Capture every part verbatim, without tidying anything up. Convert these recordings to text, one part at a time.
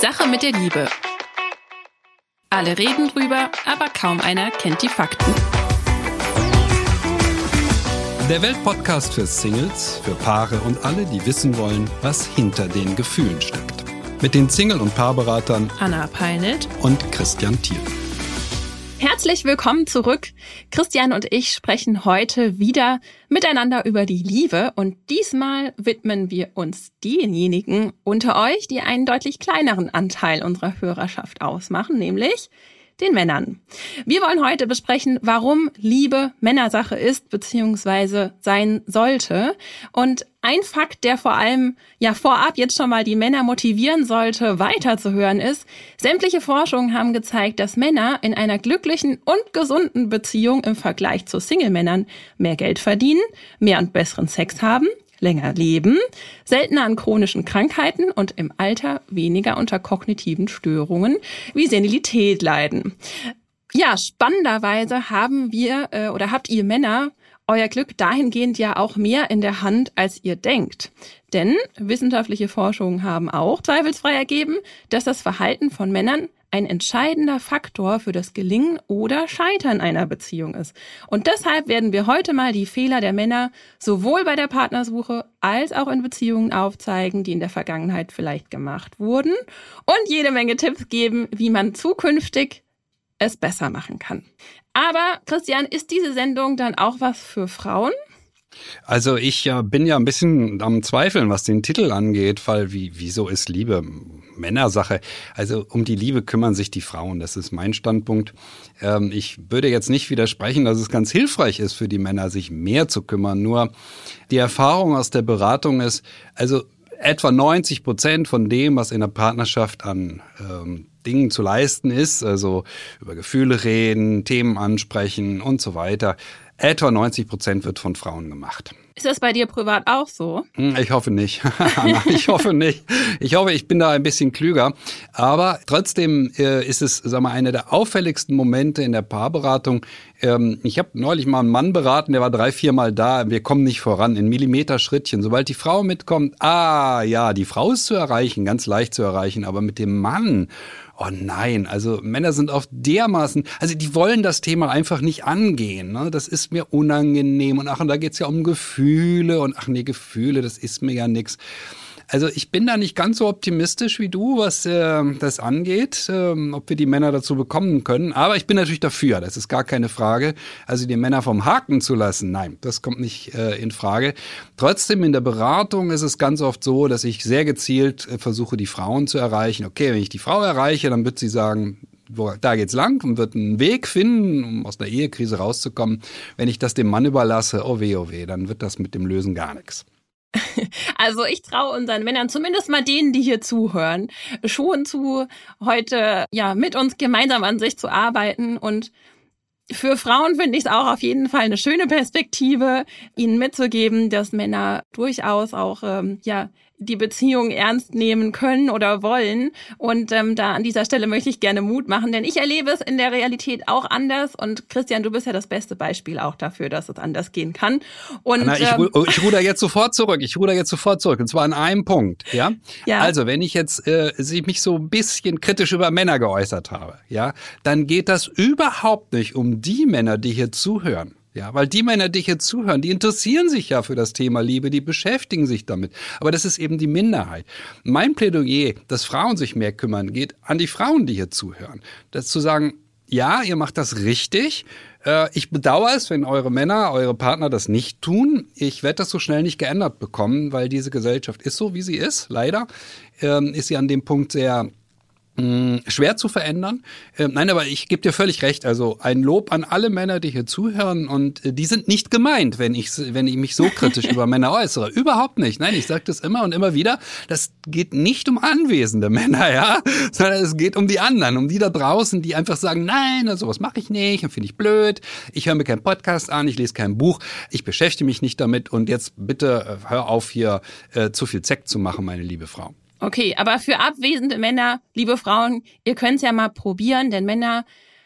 Sache mit der Liebe. Alle reden drüber, aber kaum einer kennt die Fakten. Der Weltpodcast für Singles, für Paare und alle, die wissen wollen, was hinter den Gefühlen steckt. Mit den Single- und Paarberatern Anna Peinelt und Christian Thiel. Herzlich willkommen zurück. Christian und ich sprechen heute wieder miteinander über die Liebe und diesmal widmen wir uns denjenigen unter euch, die einen deutlich kleineren Anteil unserer Hörerschaft ausmachen, nämlich den Männern. Wir wollen heute besprechen, warum Liebe Männersache ist bzw. sein sollte. Und ein Fakt, der vor allem ja vorab jetzt schon mal die Männer motivieren sollte, weiterzuhören ist: Sämtliche Forschungen haben gezeigt, dass Männer in einer glücklichen und gesunden Beziehung im Vergleich zu Single-Männern mehr Geld verdienen, mehr und besseren Sex haben, länger leben, seltener an chronischen Krankheiten und im Alter weniger unter kognitiven Störungen wie Senilität leiden. Ja, spannenderweise haben wir äh, oder habt ihr Männer euer Glück dahingehend ja auch mehr in der Hand, als ihr denkt. Denn wissenschaftliche Forschungen haben auch zweifelsfrei ergeben, dass das Verhalten von Männern ein entscheidender Faktor für das Gelingen oder Scheitern einer Beziehung ist. Und deshalb werden wir heute mal die Fehler der Männer sowohl bei der Partnersuche als auch in Beziehungen aufzeigen, die in der Vergangenheit vielleicht gemacht wurden, und jede Menge Tipps geben, wie man zukünftig es besser machen kann. Aber Christian, ist diese Sendung dann auch was für Frauen? Also ich ja, bin ja ein bisschen am Zweifeln, was den Titel angeht, weil wie, wieso ist Liebe Männersache? Also um die Liebe kümmern sich die Frauen, das ist mein Standpunkt. Ähm, ich würde jetzt nicht widersprechen, dass es ganz hilfreich ist für die Männer, sich mehr zu kümmern. Nur die Erfahrung aus der Beratung ist, also etwa neunzig Prozent von dem, was in der Partnerschaft an ähm, Dingen zu leisten ist, also über Gefühle reden, Themen ansprechen und so weiter, etwa neunzig Prozent wird von Frauen gemacht. Ist das bei dir privat auch so? Ich hoffe nicht. Ich hoffe nicht. Ich hoffe, ich bin da ein bisschen klüger. Aber trotzdem äh, ist es, sag mal, einer der auffälligsten Momente in der Paarberatung. Ähm, ich habe neulich mal einen Mann beraten, der war drei, vier Mal da. Wir kommen nicht voran in Millimeterschrittchen. Sobald die Frau mitkommt, ah ja, die Frau ist zu erreichen, ganz leicht zu erreichen. Aber mit dem Mann, oh nein, also Männer sind auf dermaßen, also die wollen das Thema einfach nicht angehen. Ne? Das ist mir unangenehm und ach, und da geht's ja um Gefühle und ach nee, Gefühle, das ist mir ja nix. Also ich bin da nicht ganz so optimistisch wie du, was äh, das angeht, ähm, ob wir die Männer dazu bekommen können. Aber ich bin natürlich dafür, das ist gar keine Frage. Also die Männer vom Haken zu lassen, nein, das kommt nicht äh, in Frage. Trotzdem in der Beratung ist es ganz oft so, dass ich sehr gezielt äh, versuche, die Frauen zu erreichen. Okay, wenn ich die Frau erreiche, dann wird sie sagen, wo, da geht's lang und wird einen Weg finden, um aus einer Ehekrise rauszukommen. Wenn ich das dem Mann überlasse, oh weh, oh weh, dann wird das mit dem Lösen gar nichts. Also ich traue unseren Männern, zumindest mal denen, die hier zuhören, schon zu, heute ja mit uns gemeinsam an sich zu arbeiten. Und für Frauen finde ich es auch auf jeden Fall eine schöne Perspektive, ihnen mitzugeben, dass Männer durchaus auch ähm, ja die Beziehung ernst nehmen können oder wollen. Und ähm, da an dieser Stelle möchte ich gerne Mut machen, denn ich erlebe es in der Realität auch anders. Und Christian, du bist ja das beste Beispiel auch dafür, dass es anders gehen kann. Und Anna, ich, ähm, ich ruder jetzt sofort zurück. Ich ruder jetzt sofort zurück. Und zwar an einem Punkt. Ja. ja. Also wenn ich jetzt äh, mich so ein bisschen kritisch über Männer geäußert habe, ja, dann geht das überhaupt nicht um die Männer, die hier zuhören. Ja, weil die Männer, die hier zuhören, die interessieren sich ja für das Thema Liebe, die beschäftigen sich damit. Aber das ist eben die Minderheit. Mein Plädoyer, dass Frauen sich mehr kümmern, geht an die Frauen, die hier zuhören. Das zu sagen, ja, ihr macht das richtig. Ich bedauere es, wenn eure Männer, eure Partner das nicht tun. Ich werde das so schnell nicht geändert bekommen, weil diese Gesellschaft ist so, wie sie ist. Leider ist sie an dem Punkt sehr schwer zu verändern. Ähm, nein, aber ich gebe dir völlig recht. Also ein Lob an alle Männer, die hier zuhören, und äh, die sind nicht gemeint, wenn ich wenn ich mich so kritisch über Männer äußere. Überhaupt nicht. Nein, ich sage das immer und immer wieder. Das geht nicht um anwesende Männer, ja, sondern es geht um die anderen, um die da draußen, die einfach sagen, nein, also sowas mache ich nicht, und finde ich blöd. Ich höre mir keinen Podcast an, ich lese kein Buch, ich beschäftige mich nicht damit und jetzt bitte äh, hör auf, hier äh, zu viel Zeck zu machen, meine liebe Frau. Okay, aber für abwesende Männer, liebe Frauen, ihr könnt es ja mal probieren, denn Männer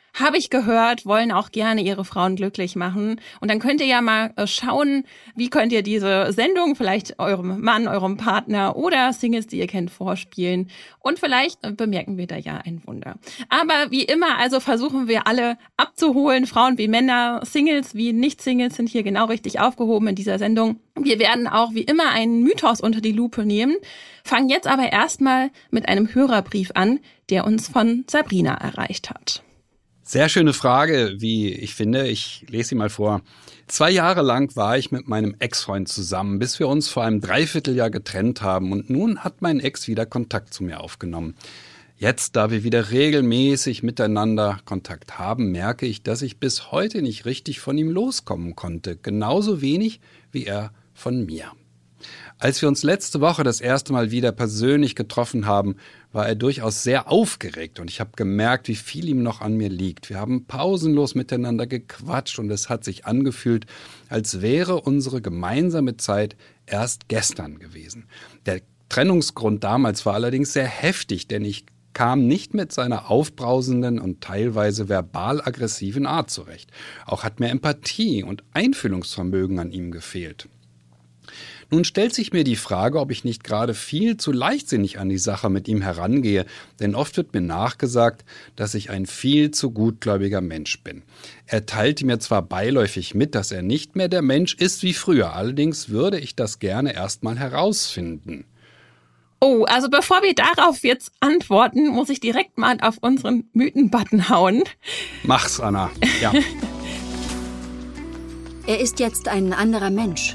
habe ich gehört, wollen auch gerne ihre Frauen glücklich machen. Und dann könnt ihr ja mal schauen, wie könnt ihr diese Sendung vielleicht eurem Mann, eurem Partner oder Singles, die ihr kennt, vorspielen. Und vielleicht bemerken wir da ja ein Wunder. Aber wie immer, also versuchen wir alle abzuholen, Frauen wie Männer, Singles wie Nicht-Singles sind hier genau richtig aufgehoben in dieser Sendung. Wir werden auch wie immer einen Mythos unter die Lupe nehmen, fangen jetzt aber erstmal mit einem Hörerbrief an, der uns von Sabrina erreicht hat. Sehr schöne Frage, wie ich finde. Ich lese sie mal vor. Zwei Jahre lang war ich mit meinem Ex-Freund zusammen, bis wir uns vor einem Dreivierteljahr getrennt haben. Und nun hat mein Ex wieder Kontakt zu mir aufgenommen. Jetzt, da wir wieder regelmäßig miteinander Kontakt haben, merke ich, dass ich bis heute nicht richtig von ihm loskommen konnte. Genauso wenig wie er von mir. Als wir uns letzte Woche das erste Mal wieder persönlich getroffen haben, war er durchaus sehr aufgeregt und ich habe gemerkt, wie viel ihm noch an mir liegt. Wir haben pausenlos miteinander gequatscht und es hat sich angefühlt, als wäre unsere gemeinsame Zeit erst gestern gewesen. Der Trennungsgrund damals war allerdings sehr heftig, denn ich kam nicht mit seiner aufbrausenden und teilweise verbal aggressiven Art zurecht. Auch hat mir Empathie und Einfühlungsvermögen an ihm gefehlt. Nun stellt sich mir die Frage, ob ich nicht gerade viel zu leichtsinnig an die Sache mit ihm herangehe, denn oft wird mir nachgesagt, dass ich ein viel zu gutgläubiger Mensch bin. Er teilte mir zwar beiläufig mit, dass er nicht mehr der Mensch ist wie früher, allerdings würde ich das gerne erstmal herausfinden. Oh, also bevor wir darauf jetzt antworten, muss ich direkt mal auf unseren Mythen-Button hauen. Mach's, Anna. Ja. Er ist jetzt ein anderer Mensch.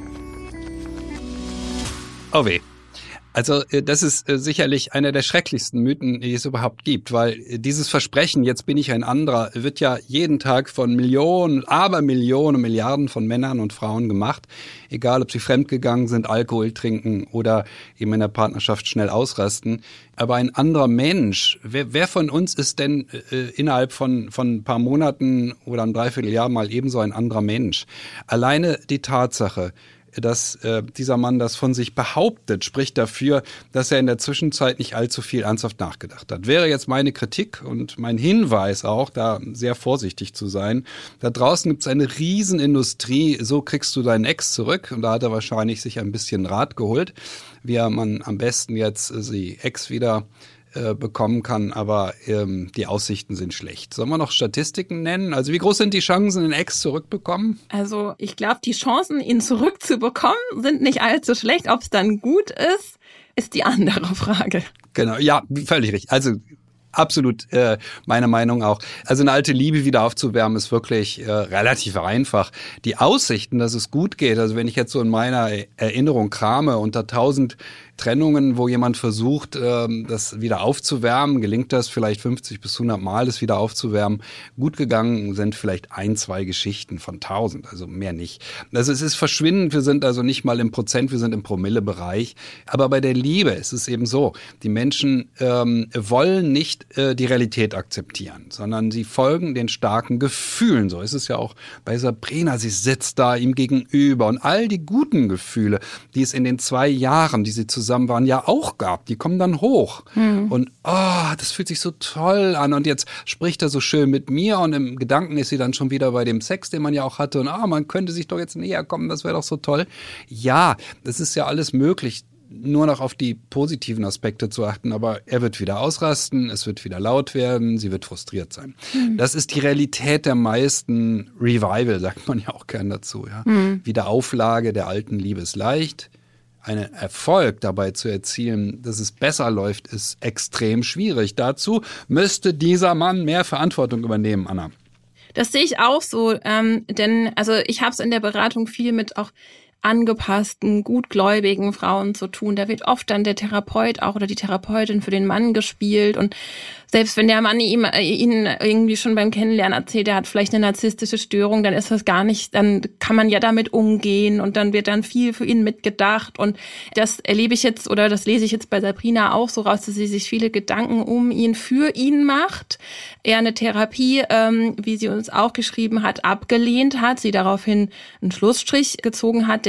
Oh weh. Also das ist sicherlich einer der schrecklichsten Mythen, die es überhaupt gibt, weil dieses Versprechen, jetzt bin ich ein anderer, wird ja jeden Tag von Millionen, Abermillionen, Milliarden von Männern und Frauen gemacht, egal ob sie fremdgegangen sind, Alkohol trinken oder eben in der Partnerschaft schnell ausrasten. Aber ein anderer Mensch, wer, wer von uns ist denn äh, innerhalb von, von ein paar Monaten oder einem Dreivierteljahr mal ebenso ein anderer Mensch? Alleine die Tatsache, dass äh, dieser Mann das von sich behauptet, spricht dafür, dass er in der Zwischenzeit nicht allzu viel ernsthaft nachgedacht hat. Wäre jetzt meine Kritik und mein Hinweis auch, da sehr vorsichtig zu sein. Da draußen gibt es eine Riesenindustrie, so kriegst du deinen Ex zurück. Und da hat er wahrscheinlich sich ein bisschen Rat geholt, wie man am besten jetzt äh, die Ex wieder äh, bekommen kann, aber ähm, die Aussichten sind schlecht. Sollen wir noch Statistiken nennen? Also wie groß sind die Chancen, den Ex zurückbekommen? Also ich glaube, die Chancen, ihn zurückzubekommen, sind nicht allzu schlecht. Ob es dann gut ist, ist die andere Frage. Genau, ja, völlig richtig. Also absolut äh, meine Meinung auch. Also eine alte Liebe wieder aufzuwärmen ist wirklich äh, relativ einfach. Die Aussichten, dass es gut geht, also wenn ich jetzt so in meiner Erinnerung krame, unter tausend Trennungen, wo jemand versucht, ähm, das wieder aufzuwärmen, gelingt das vielleicht fünfzig bis hundert Mal, das wieder aufzuwärmen. Gut gegangen sind vielleicht ein, zwei Geschichten von tausend, also mehr nicht. Also es ist verschwindend, wir sind also nicht mal im Prozent, wir sind im Promille-Bereich. Aber bei der Liebe ist es eben so, die Menschen ähm, wollen nicht äh, die Realität akzeptieren, sondern sie folgen den starken Gefühlen. So ist es ja auch bei Sabrina, sie sitzt da ihm gegenüber und all die guten Gefühle, die es in den zwei Jahren, die sie zusammen zusammen waren, ja auch gab. Die kommen dann hoch. Mhm. Und oh, das fühlt sich so toll an. Und jetzt spricht er so schön mit mir und im Gedanken ist sie dann schon wieder bei dem Sex, den man ja auch hatte. Und ah, man könnte sich doch jetzt näher kommen, das wäre doch so toll. Ja, das ist ja alles möglich, nur noch auf die positiven Aspekte zu achten. Aber er wird wieder ausrasten, es wird wieder laut werden, sie wird frustriert sein. Mhm. Das ist die Realität der meisten Revival, sagt man ja auch gern dazu. Ja? Mhm. Wiederauflage der alten Liebe ist leicht. Einen Erfolg dabei zu erzielen, dass es besser läuft, ist extrem schwierig. Dazu müsste dieser Mann mehr Verantwortung übernehmen, Anna. Das sehe ich auch so, ähm, denn also ich habe es in der Beratung viel mit auch angepassten, gutgläubigen Frauen zu tun. Da wird oft dann der Therapeut auch oder die Therapeutin für den Mann gespielt und selbst wenn der Mann ihm, ihn irgendwie schon beim Kennenlernen erzählt, er hat vielleicht eine narzisstische Störung, dann ist das gar nicht, dann kann man ja damit umgehen und dann wird dann viel für ihn mitgedacht und das erlebe ich jetzt oder das lese ich jetzt bei Sabrina auch so raus, dass sie sich viele Gedanken um ihn, für ihn macht. Er eine Therapie, ähm, wie sie uns auch geschrieben hat, abgelehnt hat, sie daraufhin einen Schlussstrich gezogen hat,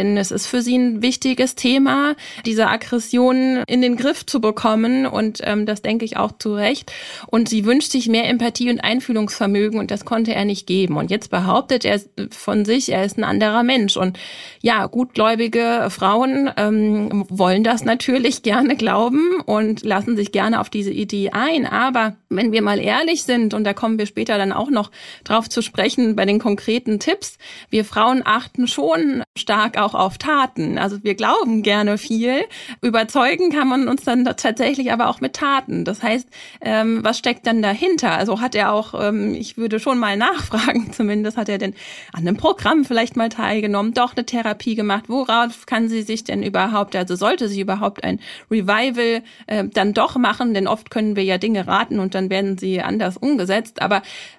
denn es ist für sie ein wichtiges Thema, diese Aggression in den Griff zu bekommen und ähm, das denke ich auch zu Recht. Und sie wünscht sich mehr Empathie und Einfühlungsvermögen und das konnte er nicht geben. Und jetzt behauptet er von sich, er ist ein anderer Mensch. Und ja, gutgläubige Frauen ähm, wollen das natürlich gerne glauben und lassen sich gerne auf diese Idee ein. Aber wenn wir mal ehrlich sind, und da kommen wir später dann auch noch drauf zu sprechen bei den konkreten Tipps, wir Frauen achten schon stark auch auf Taten. Also wir glauben gerne viel. Überzeugen kann man uns dann tatsächlich aber auch mit Taten. Das heißt, ähm, was steckt dann dahinter? Also hat er auch, ähm, ich würde schon mal nachfragen, zumindest hat er denn an einem Programm vielleicht mal teilgenommen, doch eine Therapie gemacht. Worauf kann sie sich denn überhaupt, also sollte sie überhaupt ein Revival äh, dann doch machen? Denn oft können wir ja Dinge raten und dann werden sie anders umgesetzt. Aber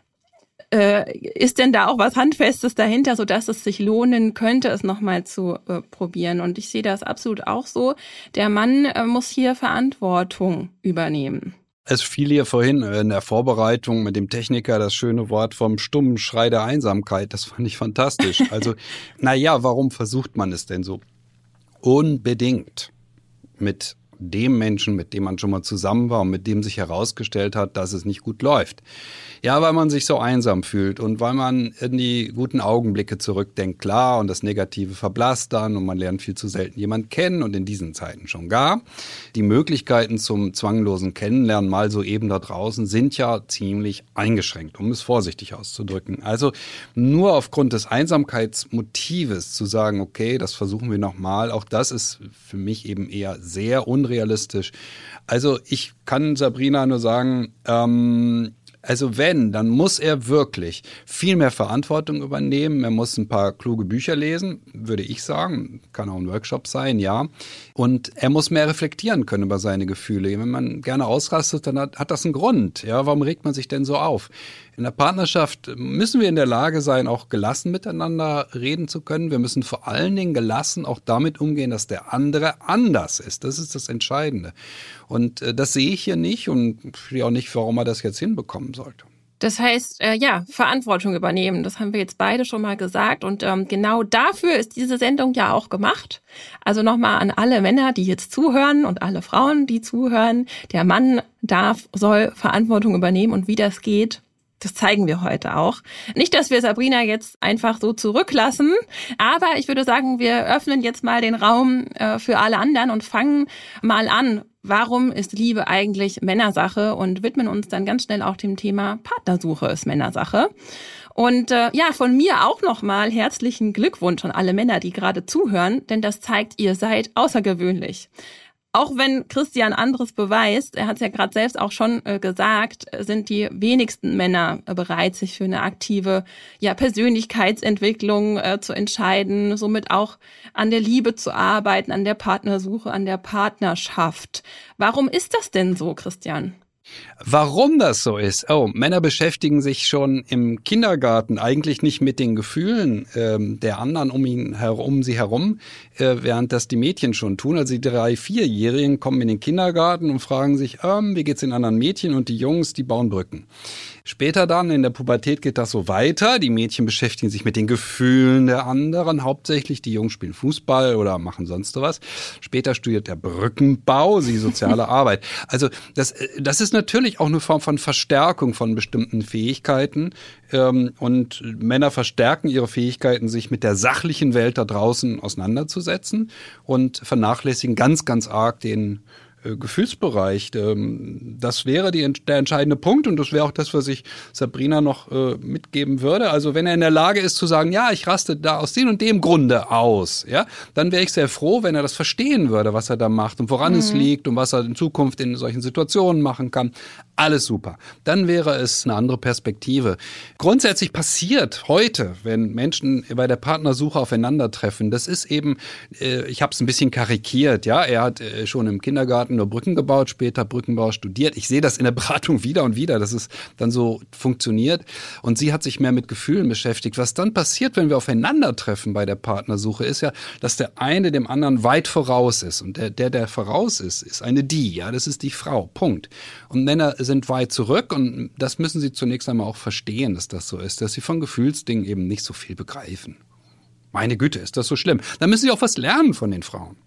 Äh, ist denn da auch was Handfestes dahinter, sodass es sich lohnen könnte, es nochmal zu äh, probieren? Und ich sehe das absolut auch so. Der Mann äh, muss hier Verantwortung übernehmen. Es fiel hier vorhin in der Vorbereitung mit dem Techniker das schöne Wort vom stummen Schrei der Einsamkeit. Das fand ich fantastisch. Also, naja, warum versucht man es denn so? Unbedingt mit dem Menschen, mit dem man schon mal zusammen war und mit dem sich herausgestellt hat, dass es nicht gut läuft. Ja, weil man sich so einsam fühlt und weil man in die guten Augenblicke zurückdenkt, klar, und das Negative verblasst dann und man lernt viel zu selten jemanden kennen und in diesen Zeiten schon gar. Die Möglichkeiten zum zwanglosen Kennenlernen mal so eben da draußen sind ja ziemlich eingeschränkt, um es vorsichtig auszudrücken. Also nur aufgrund des Einsamkeitsmotives zu sagen, okay, das versuchen wir nochmal, auch das ist für mich eben eher sehr unrealistisch. Also ich kann Sabrina nur sagen, ähm, also wenn, dann muss er wirklich viel mehr Verantwortung übernehmen. Er muss ein paar kluge Bücher lesen, würde ich sagen. Kann auch ein Workshop sein, ja. Und er muss mehr reflektieren können über seine Gefühle. Wenn man gerne ausrastet, dann hat, hat das einen Grund. Ja, warum regt man sich denn so auf? In der Partnerschaft müssen wir in der Lage sein, auch gelassen miteinander reden zu können. Wir müssen vor allen Dingen gelassen auch damit umgehen, dass der andere anders ist. Das ist das Entscheidende. Und äh, das sehe ich hier nicht und verstehe auch nicht, warum er das jetzt hinbekommen sollte. Das heißt, äh, ja, Verantwortung übernehmen. Das haben wir jetzt beide schon mal gesagt. Und ähm, genau dafür ist diese Sendung ja auch gemacht. Also nochmal an alle Männer, die jetzt zuhören und alle Frauen, die zuhören. Der Mann darf, soll Verantwortung übernehmen. Und wie das geht, das zeigen wir heute auch. Nicht, dass wir Sabrina jetzt einfach so zurücklassen, aber ich würde sagen, wir öffnen jetzt mal den Raum äh, für alle anderen und fangen mal an. Warum ist Liebe eigentlich Männersache? Und widmen uns dann ganz schnell auch dem Thema Partnersuche ist Männersache. Und äh, ja, von mir auch nochmal herzlichen Glückwunsch an alle Männer, die gerade zuhören, denn das zeigt, ihr seid außergewöhnlich. Auch wenn Christian anderes beweist, er hat es ja gerade selbst auch schon äh, gesagt, sind die wenigsten Männer äh, bereit, sich für eine aktive ja, Persönlichkeitsentwicklung äh, zu entscheiden, somit auch an der Liebe zu arbeiten, an der Partnersuche, an der Partnerschaft. Warum ist das denn so, Christian? Warum das so ist? Oh, Männer beschäftigen sich schon im Kindergarten eigentlich nicht mit den Gefühlen ähm, der anderen um ihn herum, um sie herum, äh, während das die Mädchen schon tun. Also die drei-, vierjährigen kommen in den Kindergarten und fragen sich, ähm, wie geht's den anderen Mädchen? Und die Jungs, die bauen Brücken. Später dann in der Pubertät geht das so weiter. Die Mädchen beschäftigen sich mit den Gefühlen der anderen hauptsächlich. Die Jungs spielen Fußball oder machen sonst was. Später studiert der Brückenbau, sie soziale Arbeit. Also das, das ist natürlich auch eine Form von Verstärkung von bestimmten Fähigkeiten. Und Männer verstärken ihre Fähigkeiten, sich mit der sachlichen Welt da draußen auseinanderzusetzen und vernachlässigen ganz, ganz arg den Gefühlsbereich. Das wäre die, der entscheidende Punkt und das wäre auch das, was ich Sabrina noch äh, mitgeben würde. Also wenn er in der Lage ist zu sagen, ja, ich raste da aus dem und dem Grunde aus, ja, dann wäre ich sehr froh, wenn er das verstehen würde, was er da macht und woran mhm. es liegt und was er in Zukunft in solchen Situationen machen kann. Alles super. Dann wäre es eine andere Perspektive. Grundsätzlich passiert heute, wenn Menschen bei der Partnersuche aufeinandertreffen, das ist eben, äh, ich habe es ein bisschen karikiert, ja, er hat äh, schon im Kindergarten nur Brücken gebaut, später Brückenbau studiert. Ich sehe das in der Beratung wieder und wieder, dass es dann so funktioniert. Und sie hat sich mehr mit Gefühlen beschäftigt. Was dann passiert, wenn wir aufeinandertreffen bei der Partnersuche, ist ja, dass der eine dem anderen weit voraus ist. Und der, der, der voraus ist, ist eine die, ja, das ist die Frau, Punkt. Und Männer sind weit zurück und das müssen sie zunächst einmal auch verstehen, dass das so ist, dass sie von Gefühlsdingen eben nicht so viel begreifen. Meine Güte, ist das so schlimm? Da müssen Sie auch was lernen von den Frauen.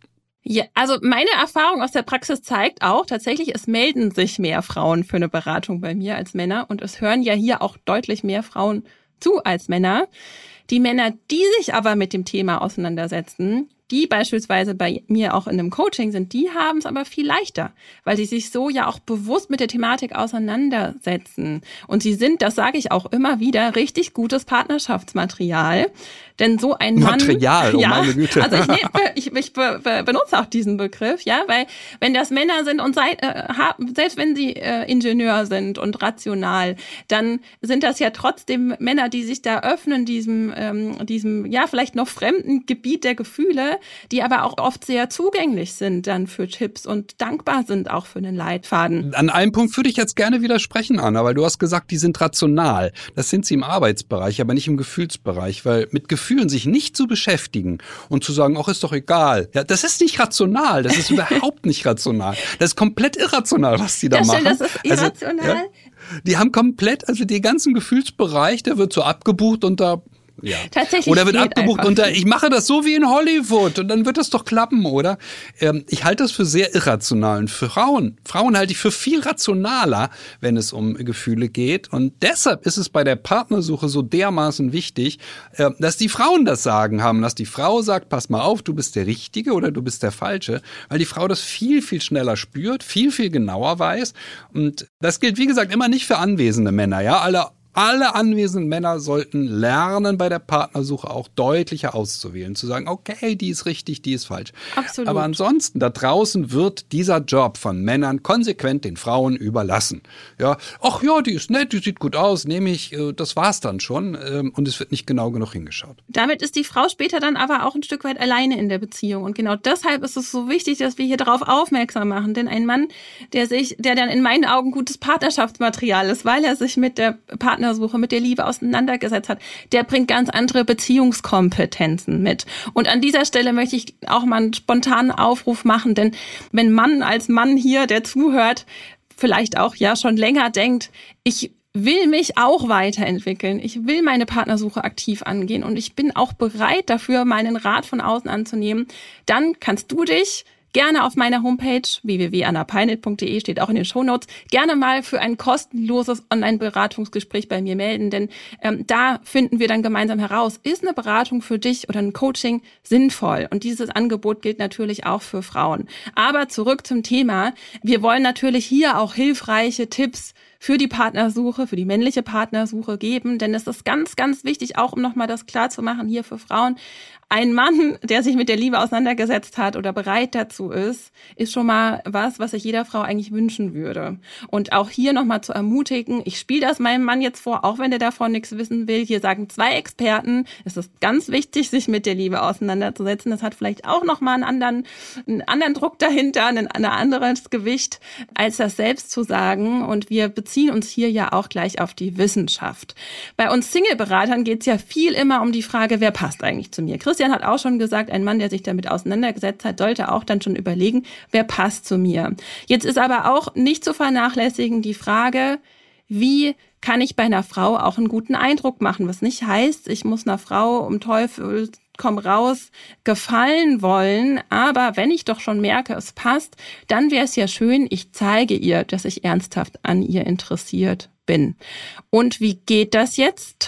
Ja, also meine Erfahrung aus der Praxis zeigt auch tatsächlich, es melden sich mehr Frauen für eine Beratung bei mir als Männer und es hören ja hier auch deutlich mehr Frauen zu als Männer. Die Männer, die sich aber mit dem Thema auseinandersetzen, die beispielsweise bei mir auch in einem Coaching sind, die haben es aber viel leichter, weil sie sich so ja auch bewusst mit der Thematik auseinandersetzen. Und sie sind, das sage ich auch immer wieder, richtig gutes Partnerschaftsmaterial. Denn so ein Mann... Material, oh ja, meine Güte. Also ich, nehm, ich, ich be, be, benutze auch diesen Begriff, ja, weil wenn das Männer sind und sei, äh, haben, selbst wenn sie äh, Ingenieur sind und rational, dann sind das ja trotzdem Männer, die sich da öffnen, diesem, ähm, diesem ja vielleicht noch fremden Gebiet der Gefühle, die aber auch oft sehr zugänglich sind dann für Tipps und dankbar sind auch für einen Leitfaden. An einem Punkt würde ich jetzt gerne widersprechen, Anna, weil du hast gesagt, die sind rational. Das sind sie im Arbeitsbereich, aber nicht im Gefühlsbereich, weil mit Gefühlen sich nicht zu beschäftigen und zu sagen, ach, ist doch egal. Ja, das ist nicht rational, das ist überhaupt nicht rational. Das ist komplett irrational, was die da das machen. Stimmt, das ist irrational. Also, ja, die haben komplett, also den ganzen Gefühlsbereich, der wird so abgebucht und da Ja. Tatsächlich. Oder wird abgebucht unter, ich mache das so wie in Hollywood und dann wird das doch klappen, oder? Ähm, ich halte das für sehr irrational. Und für Frauen, Frauen halte ich für viel rationaler, wenn es um Gefühle geht. Und deshalb ist es bei der Partnersuche so dermaßen wichtig, äh, dass die Frauen das Sagen haben, dass die Frau sagt, pass mal auf, du bist der Richtige oder du bist der Falsche, weil die Frau das viel, viel schneller spürt, viel, viel genauer weiß. Und das gilt, wie gesagt, immer nicht für anwesende Männer, ja, alle Alle anwesenden Männer sollten lernen, bei der Partnersuche auch deutlicher auszuwählen, zu sagen, okay, die ist richtig, die ist falsch. Absolut. Aber ansonsten, da draußen wird dieser Job von Männern konsequent den Frauen überlassen. Ja, ach ja, die ist nett, die sieht gut aus, nehme ich, das war's dann schon. Und es wird nicht genau genug hingeschaut. Damit ist die Frau später dann aber auch ein Stück weit alleine in der Beziehung. Und genau deshalb ist es so wichtig, dass wir hier darauf aufmerksam machen. Denn ein Mann, der sich, der dann in meinen Augen gutes Partnerschaftsmaterial ist, weil er sich mit der Partner Suche, mit der Liebe auseinandergesetzt hat, der bringt ganz andere Beziehungskompetenzen mit. Und an dieser Stelle möchte ich auch mal einen spontanen Aufruf machen, denn wenn Mann als Mann hier, der zuhört, vielleicht auch ja schon länger denkt, ich will mich auch weiterentwickeln, ich will meine Partnersuche aktiv angehen und ich bin auch bereit dafür, meinen Rat von außen anzunehmen, dann kannst du dich gerne auf meiner Homepage w w w punkt anna peinelt punkt de, steht auch in den Shownotes, gerne mal für ein kostenloses Online-Beratungsgespräch bei mir melden, denn ähm, da finden wir dann gemeinsam heraus, ist eine Beratung für dich oder ein Coaching sinnvoll? Und dieses Angebot gilt natürlich auch für Frauen. Aber zurück zum Thema. Wir wollen natürlich hier auch hilfreiche Tipps für die Partnersuche, für die männliche Partnersuche geben, denn es ist ganz, ganz wichtig, auch um nochmal das klar zu machen hier für Frauen, ein Mann, der sich mit der Liebe auseinandergesetzt hat oder bereit dazu ist, ist schon mal was, was sich jeder Frau eigentlich wünschen würde. Und auch hier nochmal zu ermutigen, ich spiele das meinem Mann jetzt vor, auch wenn der davon nichts wissen will. Hier sagen zwei Experten, es ist ganz wichtig, sich mit der Liebe auseinanderzusetzen. Das hat vielleicht auch nochmal einen anderen, einen anderen Druck dahinter, ein, ein anderes Gewicht, als das selbst zu sagen. Und wir beziehen uns hier ja auch gleich auf die Wissenschaft. Bei uns Single-Beratern geht es ja viel immer um die Frage, wer passt eigentlich zu mir? Christian hat auch schon gesagt, ein Mann, der sich damit auseinandergesetzt hat, sollte auch dann schon überlegen, wer passt zu mir. Jetzt ist aber auch nicht zu vernachlässigen die Frage, wie kann ich bei einer Frau auch einen guten Eindruck machen? Was nicht heißt, ich muss einer Frau um Teufel komm raus gefallen wollen, aber wenn ich doch schon merke, es passt, dann wäre es ja schön, ich zeige ihr, dass ich ernsthaft an ihr interessiert bin. Und wie geht das jetzt?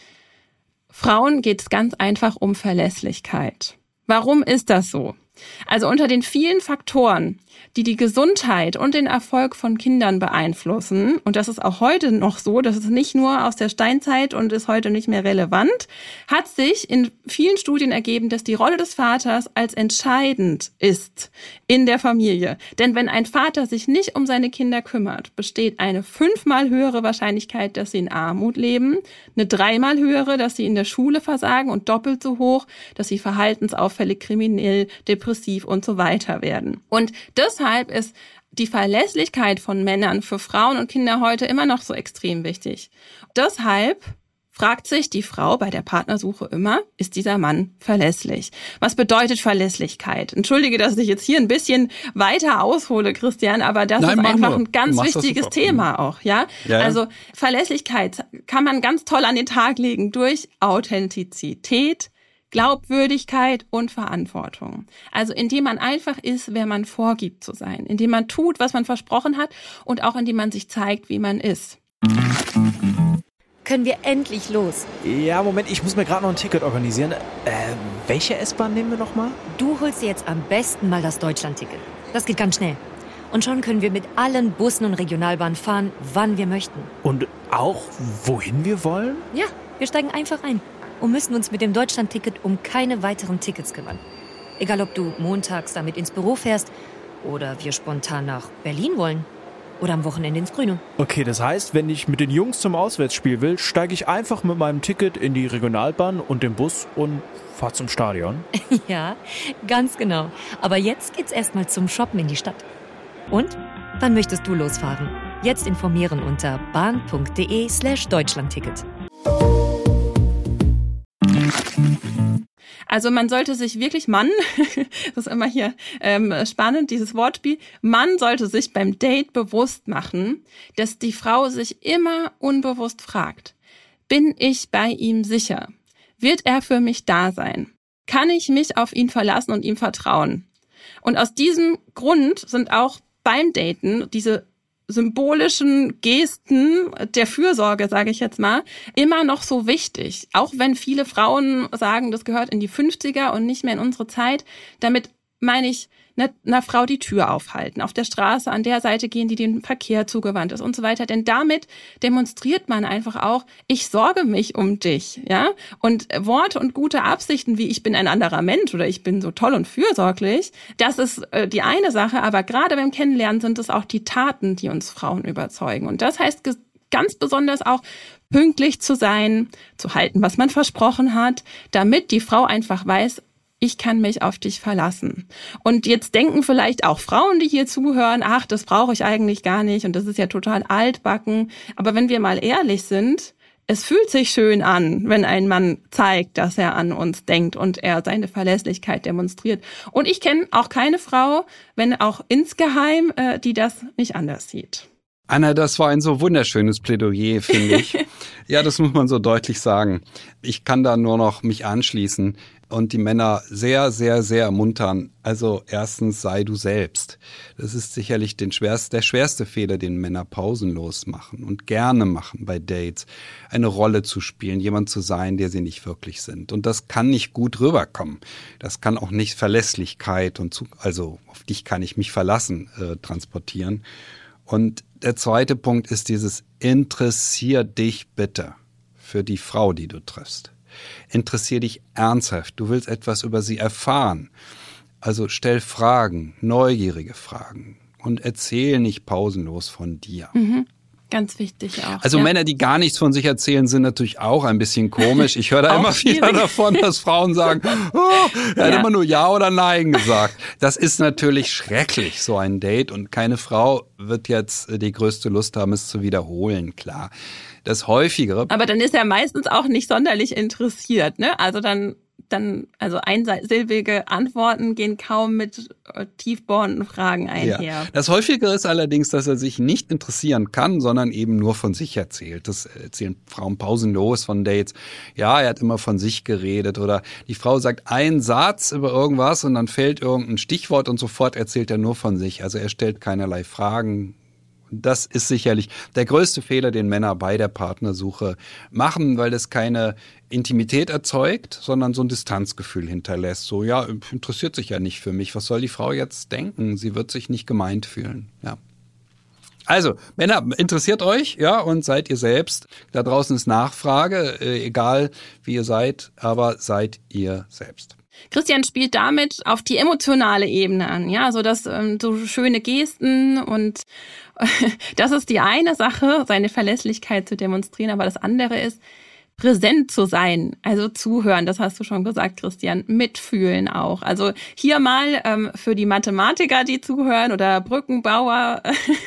Frauen geht es ganz einfach um Verlässlichkeit. Warum ist das so? Also unter den vielen Faktoren, die die Gesundheit und den Erfolg von Kindern beeinflussen, und das ist auch heute noch so, das ist nicht nur aus der Steinzeit und ist heute nicht mehr relevant, hat sich in vielen Studien ergeben, dass die Rolle des Vaters als entscheidend ist in der Familie. Denn wenn ein Vater sich nicht um seine Kinder kümmert, besteht eine fünfmal höhere Wahrscheinlichkeit, dass sie in Armut leben, eine dreimal höhere, dass sie in der Schule versagen und doppelt so hoch, dass sie verhaltensauffällig, kriminell, depressiv und so weiter werden. Und deshalb ist die Verlässlichkeit von Männern für Frauen und Kinder heute immer noch so extrem wichtig. Deshalb fragt sich die Frau bei der Partnersuche immer, ist dieser Mann verlässlich? Was bedeutet Verlässlichkeit? Entschuldige, dass ich jetzt hier ein bisschen weiter aushole, Christian, aber das Nein, ist einfach nur. ein ganz wichtiges Thema auch, ja? ja? Also Verlässlichkeit kann man ganz toll an den Tag legen durch Authentizität, Glaubwürdigkeit und Verantwortung. Also indem man einfach ist, wer man vorgibt zu sein, indem man tut, was man versprochen hat und auch indem man sich zeigt, wie man ist. Können wir endlich los? Ja, Moment, ich muss mir gerade noch ein Ticket organisieren. Äh, welche S-Bahn nehmen wir nochmal? Du holst dir jetzt am besten mal das Deutschland-Ticket. Das geht ganz schnell. Und schon können wir mit allen Bussen und Regionalbahnen fahren, wann wir möchten. Und auch, wohin wir wollen? Ja, wir steigen einfach ein und müssen uns mit dem Deutschland-Ticket um keine weiteren Tickets kümmern. Egal, ob du montags damit ins Büro fährst oder wir spontan nach Berlin wollen oder am Wochenende ins Grüne. Okay, das heißt, wenn ich mit den Jungs zum Auswärtsspiel will, steige ich einfach mit meinem Ticket in die Regionalbahn und den Bus und fahre zum Stadion. Ja, ganz genau. Aber jetzt geht's erstmal zum Shoppen in die Stadt. Und? Wann möchtest du losfahren? Jetzt informieren unter bahn.de slash Deutschlandticket. Also man sollte sich wirklich, Mann, das ist immer hier ähm, spannend, dieses Wortspiel, Mann sollte sich beim Date bewusst machen, dass die Frau sich immer unbewusst fragt, bin ich bei ihm sicher? Wird er für mich da sein? Kann ich mich auf ihn verlassen und ihm vertrauen? Und aus diesem Grund sind auch beim Daten diese symbolischen Gesten der Fürsorge, sage ich jetzt mal, immer noch so wichtig. Auch wenn viele Frauen sagen, das gehört in die fünfziger und nicht mehr in unsere Zeit. Damit meine ich, einer Frau die Tür aufhalten, auf der Straße an der Seite gehen, die dem Verkehr zugewandt ist und so weiter. Denn damit demonstriert man einfach auch, ich sorge mich um dich, ja. Und Worte und gute Absichten wie ich bin ein anderer Mensch oder ich bin so toll und fürsorglich, das ist äh, die eine Sache. Aber gerade beim Kennenlernen sind es auch die Taten, die uns Frauen überzeugen. Und das heißt ganz besonders auch, pünktlich zu sein, zu halten, was man versprochen hat, damit die Frau einfach weiß, ich kann mich auf dich verlassen. Und jetzt denken vielleicht auch Frauen, die hier zuhören, ach, das brauche ich eigentlich gar nicht und das ist ja total altbacken. Aber wenn wir mal ehrlich sind, es fühlt sich schön an, wenn ein Mann zeigt, dass er an uns denkt und er seine Verlässlichkeit demonstriert. Und ich kenne auch keine Frau, wenn auch insgeheim, äh, die das nicht anders sieht. Anna, das war ein so wunderschönes Plädoyer, finde ich. Ja, das muss man so deutlich sagen. Ich kann da nur noch mich anschließen und die Männer sehr, sehr, sehr ermuntern. Also erstens, sei du selbst. Das ist sicherlich den schwerst, der schwerste Fehler, den Männer pausenlos machen und gerne machen bei Dates. Eine Rolle zu spielen, jemand zu sein, der sie nicht wirklich sind. Und das kann nicht gut rüberkommen. Das kann auch nicht Verlässlichkeit und zu, also auf dich kann ich mich verlassen, äh, transportieren. Und der zweite Punkt ist dieses interessier dich bitte für die Frau, die du triffst. Interessier dich ernsthaft. Du willst etwas über sie erfahren. Also stell Fragen, neugierige Fragen und erzähl nicht pausenlos von dir. Mhm. Ganz wichtig auch. Also ja. Männer, die gar nichts von sich erzählen, sind natürlich auch ein bisschen komisch. Ich höre da immer wieder davon, dass Frauen sagen, oh, er hat ja. immer nur Ja oder Nein gesagt. Das ist natürlich schrecklich, so ein Date. Und keine Frau wird jetzt die größte Lust haben, es zu wiederholen, klar. Das Häufigere. Aber dann ist er meistens auch nicht sonderlich interessiert, ne? Also dann... dann, also einsilbige Antworten gehen kaum mit äh, tiefbohrenden Fragen einher. Ja. Das Häufigere ist allerdings, dass er sich nicht interessieren kann, sondern eben nur von sich erzählt. Das erzählen Frauen pausenlos von Dates. Ja, er hat immer von sich geredet oder die Frau sagt einen Satz über irgendwas und dann fällt irgendein Stichwort und sofort erzählt er nur von sich. Also er stellt keinerlei Fragen. Das ist sicherlich der größte Fehler, den Männer bei der Partnersuche machen, weil das keine Intimität erzeugt, sondern so ein Distanzgefühl hinterlässt. So, ja, interessiert sich ja nicht für mich. Was soll die Frau jetzt denken? Sie wird sich nicht gemeint fühlen. Ja. Also, Männer, interessiert euch, ja, und seid ihr selbst. Da draußen ist Nachfrage, äh, egal wie ihr seid, aber seid ihr selbst. Christian spielt damit auf die emotionale Ebene an, ja, so dass ähm, so schöne Gesten und äh, das ist die eine Sache, seine Verlässlichkeit zu demonstrieren, aber das andere ist, präsent zu sein, also zuhören, das hast du schon gesagt, Christian, mitfühlen auch. Also hier mal ähm, für die Mathematiker, die zuhören oder Brückenbauer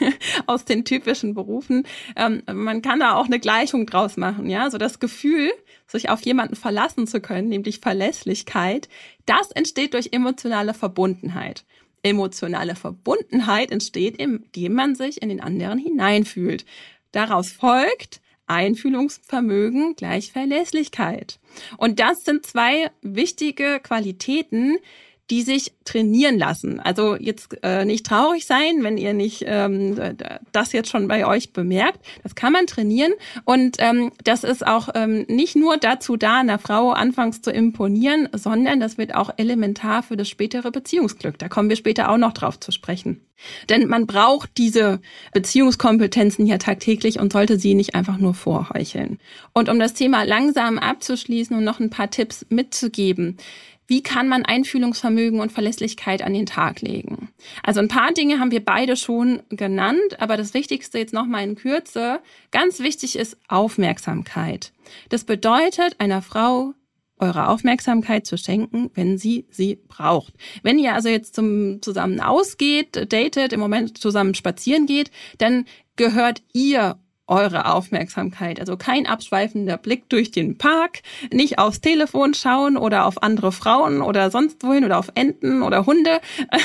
aus den typischen Berufen, ähm, man kann da auch eine Gleichung draus machen, ja, so das Gefühl, sich auf jemanden verlassen zu können, nämlich Verlässlichkeit, das entsteht durch emotionale Verbundenheit. Emotionale Verbundenheit entsteht, indem man sich in den anderen hineinfühlt. Daraus folgt, Einfühlungsvermögen gleich Verlässlichkeit. Und das sind zwei wichtige Qualitäten, die sich trainieren lassen. Also jetzt äh, nicht traurig sein, wenn ihr nicht ähm, das jetzt schon bei euch bemerkt. Das kann man trainieren und ähm, das ist auch ähm, nicht nur dazu da, einer Frau anfangs zu imponieren, sondern das wird auch elementar für das spätere Beziehungsglück. Da kommen wir später auch noch drauf zu sprechen. Denn man braucht diese Beziehungskompetenzen ja tagtäglich und sollte sie nicht einfach nur vorheucheln. Und um das Thema langsam abzuschließen und noch ein paar Tipps mitzugeben, wie kann man Einfühlungsvermögen und Verlässlichkeit an den Tag legen? Also ein paar Dinge haben wir beide schon genannt, aber das Wichtigste jetzt nochmal in Kürze. Ganz wichtig ist Aufmerksamkeit. Das bedeutet, einer Frau eure Aufmerksamkeit zu schenken, wenn sie sie braucht. Wenn ihr also jetzt zum zusammen ausgeht, datet, im Moment zusammen spazieren geht, dann gehört ihr eure Aufmerksamkeit. Also kein abschweifender Blick durch den Park, nicht aufs Telefon schauen oder auf andere Frauen oder sonst wohin oder auf Enten oder Hunde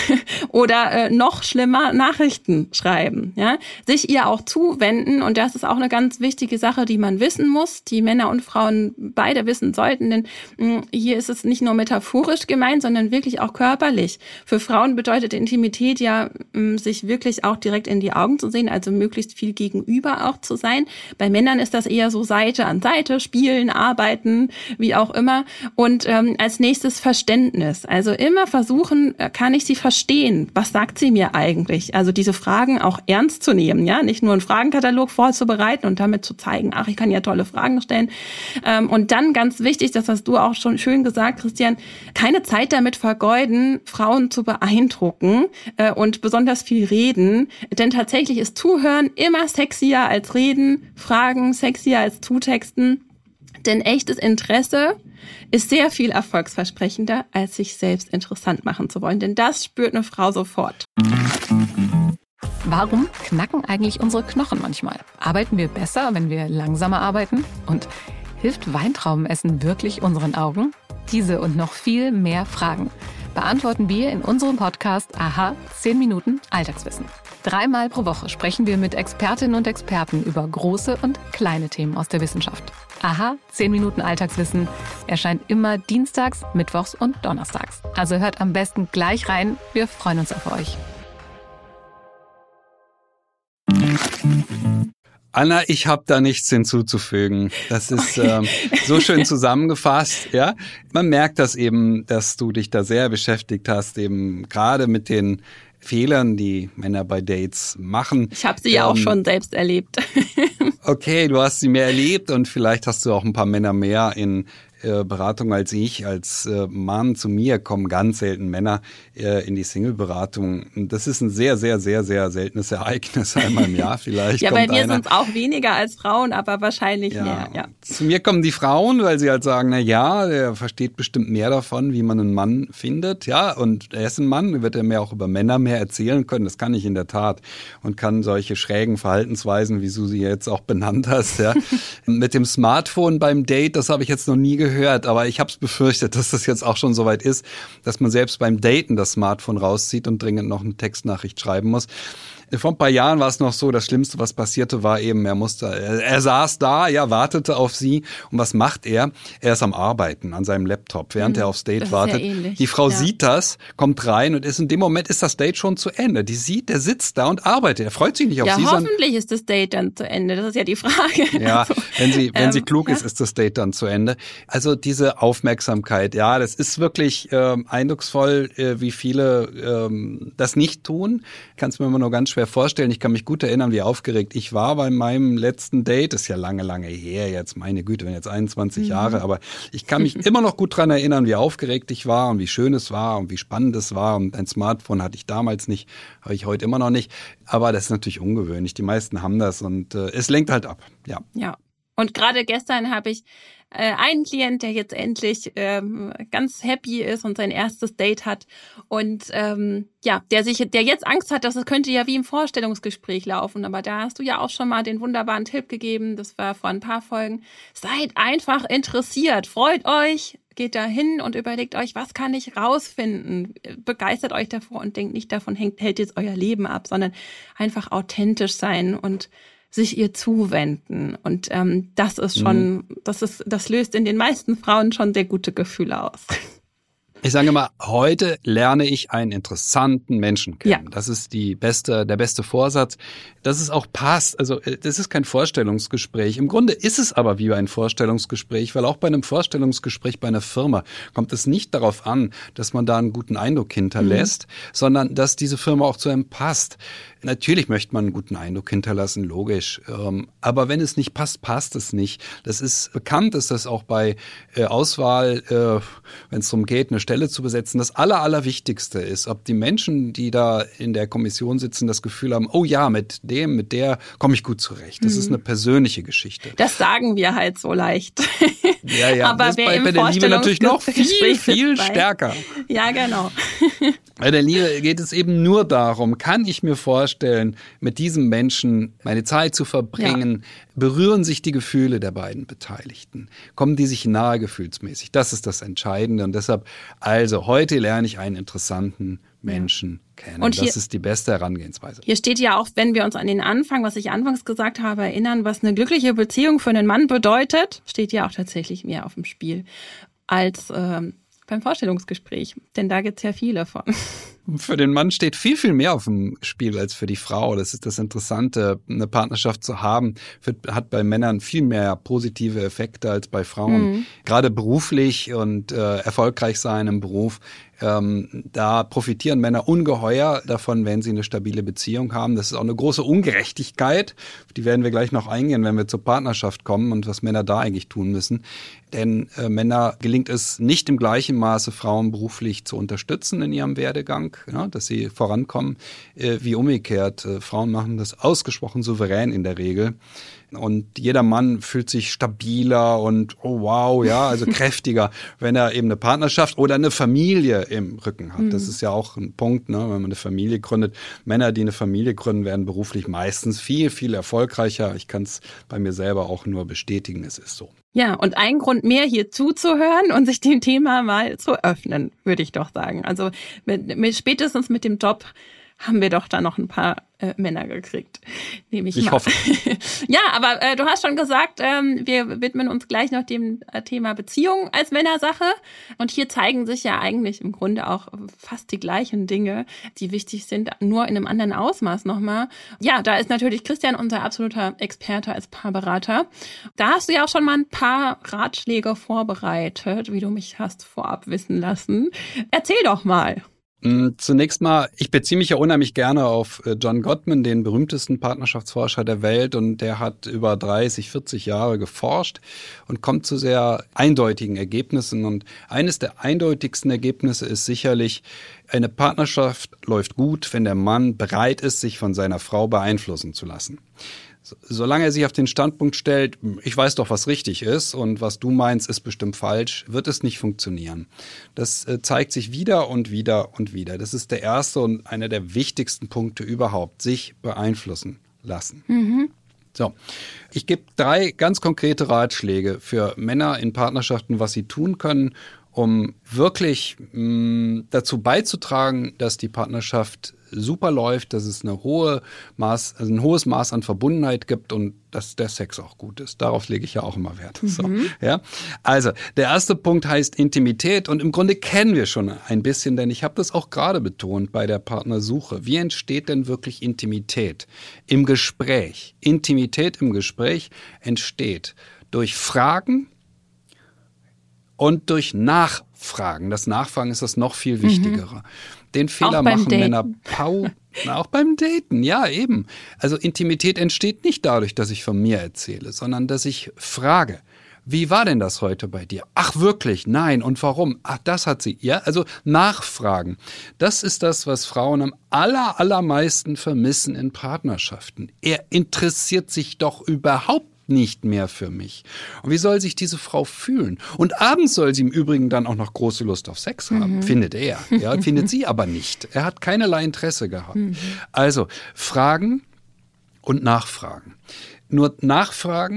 oder äh, noch schlimmer Nachrichten schreiben. Ja, sich ihr auch zuwenden und das ist auch eine ganz wichtige Sache, die man wissen muss, die Männer und Frauen beide wissen sollten, denn mh, hier ist es nicht nur metaphorisch gemeint, sondern wirklich auch körperlich. Für Frauen bedeutet Intimität ja, mh, sich wirklich auch direkt in die Augen zu sehen, also möglichst viel gegenüber auch zu sein. Bei Männern ist das eher so Seite an Seite, spielen, arbeiten, wie auch immer. Und ähm, als nächstes Verständnis. Also immer versuchen, kann ich sie verstehen? Was sagt sie mir eigentlich? Also diese Fragen auch ernst zu nehmen, ja, nicht nur einen Fragenkatalog vorzubereiten und damit zu zeigen, ach, ich kann ja tolle Fragen stellen. Ähm, und dann ganz wichtig, das hast du auch schon schön gesagt, Christian, keine Zeit damit vergeuden, Frauen zu beeindrucken äh, und besonders viel reden. Denn tatsächlich ist Zuhören immer sexier als Reden. Reden, Fragen sexier als Zutexten. Denn echtes Interesse ist sehr viel erfolgsversprechender, als sich selbst interessant machen zu wollen. Denn das spürt eine Frau sofort. Warum knacken eigentlich unsere Knochen manchmal? Arbeiten wir besser, wenn wir langsamer arbeiten? Und hilft Weintraubenessen wirklich unseren Augen? Diese und noch viel mehr Fragen beantworten wir in unserem Podcast Aha, zehn Minuten Alltagswissen. Dreimal pro Woche sprechen wir mit Expertinnen und Experten über große und kleine Themen aus der Wissenschaft. Aha, zehn Minuten Alltagswissen erscheint immer dienstags, mittwochs und donnerstags. Also hört am besten gleich rein. Wir freuen uns auf euch. Anna, ich habe da nichts hinzuzufügen. Das ist okay. ähm, so schön zusammengefasst. Ja, man merkt das eben, dass du dich da sehr beschäftigt hast, eben gerade mit den Fehlern, die Männer bei Dates machen. Ich habe sie ja ähm, auch schon selbst erlebt. Okay, du hast sie mehr erlebt und vielleicht hast du auch ein paar Männer mehr in äh, Beratung als ich. Als äh, Mann zu mir kommen ganz selten Männer äh, in die Single-Beratung. Das ist ein sehr, sehr, sehr, sehr seltenes Ereignis, einmal im Jahr vielleicht. Ja, kommt bei mir einer. sind es auch weniger als Frauen, aber wahrscheinlich ja. mehr. Ja. Zu mir kommen die Frauen, weil sie halt sagen, na ja, der versteht bestimmt mehr davon, wie man einen Mann findet. Ja, und er ist ein Mann, wird er mir auch über Männer mehr erzählen können. Das kann ich in der Tat und kann solche schrägen Verhaltensweisen, wie du sie jetzt auch benannt hast, ja. Mit dem Smartphone beim Date, das habe ich jetzt noch nie gehört, aber ich habe es befürchtet, dass das jetzt auch schon soweit ist, dass man selbst beim Daten das Smartphone rauszieht und dringend noch eine Textnachricht schreiben muss. Vor ein paar Jahren war es noch so, das Schlimmste, was passierte, war eben, er musste, er, er saß da, ja, wartete auf sie. Und was macht er? Er ist am Arbeiten an seinem Laptop, während mhm, er aufs Date wartet. Ja, die Frau ja. sieht das, kommt rein und ist in dem Moment ist das Date schon zu Ende. Die sieht, der sitzt da und arbeitet. Er freut sich nicht auf ja, sie. Ja, hoffentlich ist das Date dann zu Ende. Das ist ja die Frage. Ja, also, wenn sie, wenn ähm, sie klug ja. ist, ist das Date dann zu Ende. Also diese Aufmerksamkeit, ja, das ist wirklich ähm, eindrucksvoll, äh, wie viele ähm, das nicht tun. Ich kann es mir immer nur ganz schwer vorstellen. Ich kann mich gut erinnern, wie aufgeregt ich war bei meinem letzten Date. Das ist ja lange, lange her jetzt, meine Güte, wenn jetzt einundzwanzig mhm. Jahre. Aber ich kann mich immer noch gut dran erinnern, wie aufgeregt ich war und wie schön es war und wie spannend es war. Und ein Smartphone hatte ich damals nicht, habe ich heute immer noch nicht. Aber das ist natürlich ungewöhnlich. Die meisten haben das und äh, es lenkt halt ab. Ja. Ja. Und gerade gestern habe ich äh, einen Klient, der jetzt endlich ähm, ganz happy ist und sein erstes Date hat und ähm, ja, der sich, der jetzt Angst hat, dass es könnte ja wie im Vorstellungsgespräch laufen. Aber da hast du ja auch schon mal den wunderbaren Tipp gegeben. Das war vor ein paar Folgen. Seid einfach interessiert, freut euch. Geht da hin und überlegt euch, was kann ich rausfinden? Begeistert euch davor und denkt nicht davon, hängt, hält jetzt euer Leben ab, sondern einfach authentisch sein und sich ihr zuwenden. Und ähm, das ist schon, mhm. das ist, das löst in den meisten Frauen schon sehr gute Gefühle aus. Ich sage immer, heute lerne ich einen interessanten Menschen kennen. Ja. Das ist die beste, der beste Vorsatz. Dass es auch passt. Also das ist kein Vorstellungsgespräch. Im Grunde ist es aber wie ein Vorstellungsgespräch, weil auch bei einem Vorstellungsgespräch bei einer Firma kommt es nicht darauf an, dass man da einen guten Eindruck hinterlässt, mhm. sondern dass diese Firma auch zu einem passt. Natürlich möchte man einen guten Eindruck hinterlassen, logisch. Aber wenn es nicht passt, passt es nicht. Das ist bekannt, ist das auch bei Auswahl, wenn es darum geht, eine Stelle zu besetzen, das Aller, Allerwichtigste ist, ob die Menschen, die da in der Kommission sitzen, das Gefühl haben, oh ja, mit dem, mit der komme ich gut zurecht. Das mhm. ist eine persönliche Geschichte. Das sagen wir halt so leicht. Ja, ja. Aber das wer bei, im bei der Liebe natürlich noch viel, viel stärker. Ja, genau. Bei der Liebe geht es eben nur darum, kann ich mir vorstellen, mit diesem Menschen meine Zeit zu verbringen, ja. berühren sich die Gefühle der beiden Beteiligten, kommen die sich nahe gefühlsmäßig. Das ist das Entscheidende und deshalb, also heute lerne ich einen interessanten Menschen ja. kennen. Und hier, das ist die beste Herangehensweise. Hier steht ja auch, wenn wir uns an den Anfang, was ich anfangs gesagt habe, erinnern, was eine glückliche Beziehung für einen Mann bedeutet, steht ja auch tatsächlich mehr auf dem Spiel als ähm, beim Vorstellungsgespräch, denn da gibt's ja viele von. Für den Mann steht viel, viel mehr auf dem Spiel als für die Frau. Das ist das Interessante, eine Partnerschaft zu haben, hat bei Männern viel mehr positive Effekte als bei Frauen. Mhm. Gerade beruflich und äh, erfolgreich sein im Beruf, ähm, da profitieren Männer ungeheuer davon, wenn sie eine stabile Beziehung haben. Das ist auch eine große Ungerechtigkeit. Auf die werden wir gleich noch eingehen, wenn wir zur Partnerschaft kommen und was Männer da eigentlich tun müssen. Denn äh, Männer gelingt es nicht im gleichen Maße, Frauen beruflich zu unterstützen in ihrem Werdegang, ja, dass sie vorankommen, äh, wie umgekehrt. Äh, Frauen machen das ausgesprochen souverän in der Regel. Und jeder Mann fühlt sich stabiler und oh wow, ja, also kräftiger, wenn er eben eine Partnerschaft oder eine Familie im Rücken hat. Mhm. Das ist ja auch ein Punkt, ne, wenn man eine Familie gründet. Männer, die eine Familie gründen, werden beruflich meistens viel, viel erfolgreicher. Ich kann es bei mir selber auch nur bestätigen, es ist so. Ja, und ein Grund mehr, hier zuzuhören und sich dem Thema mal zu öffnen, würde ich doch sagen. Also mit, mit, spätestens mit dem Job haben wir doch da noch ein paar äh, Männer gekriegt. Nehme ich ich mal. hoffe. Ja, aber äh, du hast schon gesagt, ähm, wir widmen uns gleich noch dem äh, Thema Beziehung als Männersache. Und hier zeigen sich ja eigentlich im Grunde auch fast die gleichen Dinge, die wichtig sind, nur in einem anderen Ausmaß nochmal. Ja, da ist natürlich Christian unser absoluter Experte als Paarberater. Da hast du ja auch schon mal ein paar Ratschläge vorbereitet, wie du mich hast vorab wissen lassen. Erzähl doch mal. Zunächst mal, ich beziehe mich ja unheimlich gerne auf John Gottman, den berühmtesten Partnerschaftsforscher der Welt, und der hat über dreißig, vierzig Jahre geforscht und kommt zu sehr eindeutigen Ergebnissen. Und eines der eindeutigsten Ergebnisse ist sicherlich, eine Partnerschaft läuft gut, wenn der Mann bereit ist, sich von seiner Frau beeinflussen zu lassen. Solange er sich auf den Standpunkt stellt, ich weiß doch, was richtig ist und was du meinst, ist bestimmt falsch, wird es nicht funktionieren. Das zeigt sich wieder und wieder und wieder. Das ist der erste und einer der wichtigsten Punkte überhaupt, sich beeinflussen lassen. Mhm. So, ich gebe drei ganz konkrete Ratschläge für Männer in Partnerschaften, was sie tun können, um wirklich mh, dazu beizutragen, dass die Partnerschaft super läuft, dass es eine hohe Maß, also ein hohes Maß an Verbundenheit gibt und dass der Sex auch gut ist. Darauf lege ich ja auch immer Wert. Mhm. So, ja? Also, der erste Punkt heißt Intimität und im Grunde kennen wir schon ein bisschen, denn ich habe das auch gerade betont bei der Partnersuche. Wie entsteht denn wirklich Intimität im Gespräch? Intimität im Gespräch entsteht durch Fragen und durch Nachfragen. Das Nachfragen ist das noch viel Wichtigere. Mhm. Den Fehler machen Daten. Männer pau, auch beim Daten, ja eben. Also Intimität entsteht nicht dadurch, dass ich von mir erzähle, sondern dass ich frage, wie war denn das heute bei dir? Ach wirklich? Nein. Und warum? Ach, das hat sie. Ja, also nachfragen. Das ist das, was Frauen am aller, allermeisten vermissen in Partnerschaften. Er interessiert sich doch überhaupt nicht mehr für mich. Und wie soll sich diese Frau fühlen? Und abends soll sie im Übrigen dann auch noch große Lust auf Sex haben, mhm. findet er. Ja, findet sie aber nicht. Er hat keinerlei Interesse gehabt. Mhm. Also Fragen und Nachfragen. Nur Nachfragen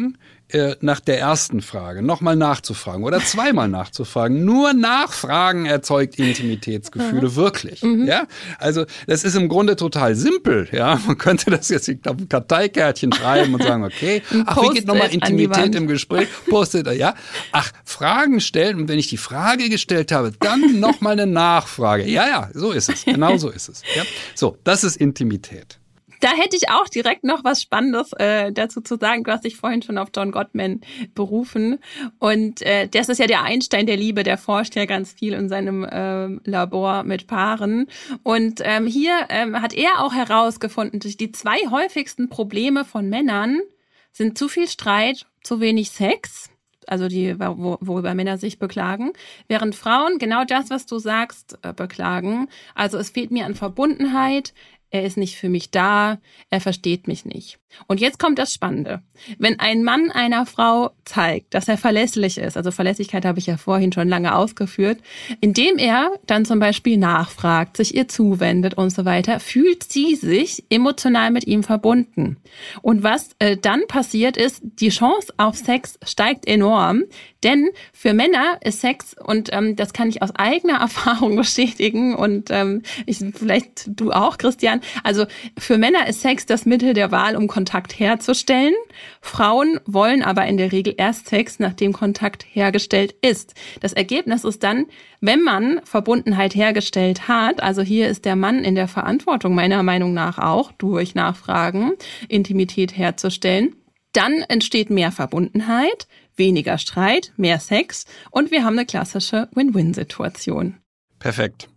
äh, nach der ersten Frage nochmal nachzufragen oder zweimal nachzufragen. Nur Nachfragen erzeugt Intimitätsgefühle, wirklich. Mhm. Ja, also das ist im Grunde total simpel. Ja, man könnte das jetzt auf ein Karteikärtchen schreiben und sagen, okay, ach, wie geht nochmal Intimität im Gespräch? Postet, ja. Ach, Fragen stellen und wenn ich die Frage gestellt habe, dann nochmal eine Nachfrage. Ja, ja, so ist es. Genau so ist es. Ja. So, das ist Intimität. Da hätte ich auch direkt noch was Spannendes äh, dazu zu sagen. Du hast dich vorhin schon auf John Gottman berufen. Und äh, das ist ja der Einstein der Liebe, der forscht ja ganz viel in seinem äh, Labor mit Paaren. Und ähm, hier ähm, hat er auch herausgefunden, dass die zwei häufigsten Probleme von Männern sind zu viel Streit, zu wenig Sex. Also die, wo, worüber Männer sich beklagen, während Frauen genau das, was du sagst, äh, beklagen. Also es fehlt mir an Verbundenheit, er ist nicht für mich da, er versteht mich nicht. Und jetzt kommt das Spannende. Wenn ein Mann einer Frau zeigt, dass er verlässlich ist, also Verlässlichkeit habe ich ja vorhin schon lange ausgeführt, indem er dann zum Beispiel nachfragt, sich ihr zuwendet und so weiter, fühlt sie sich emotional mit ihm verbunden. Und was äh, dann passiert ist, die Chance auf Sex steigt enorm, denn für Männer ist Sex, und ähm, das kann ich aus eigener Erfahrung bestätigen und ähm, ich, vielleicht du auch, Christian, also für Männer ist Sex das Mittel der Wahl, um Kontakt herzustellen. Frauen wollen aber in der Regel erst Sex, nachdem Kontakt hergestellt ist. Das Ergebnis ist dann, wenn man Verbundenheit hergestellt hat, also hier ist der Mann in der Verantwortung meiner Meinung nach auch, durch Nachfragen Intimität herzustellen, dann entsteht mehr Verbundenheit, weniger Streit, mehr Sex und wir haben eine klassische Win-Win-Situation. Perfekt.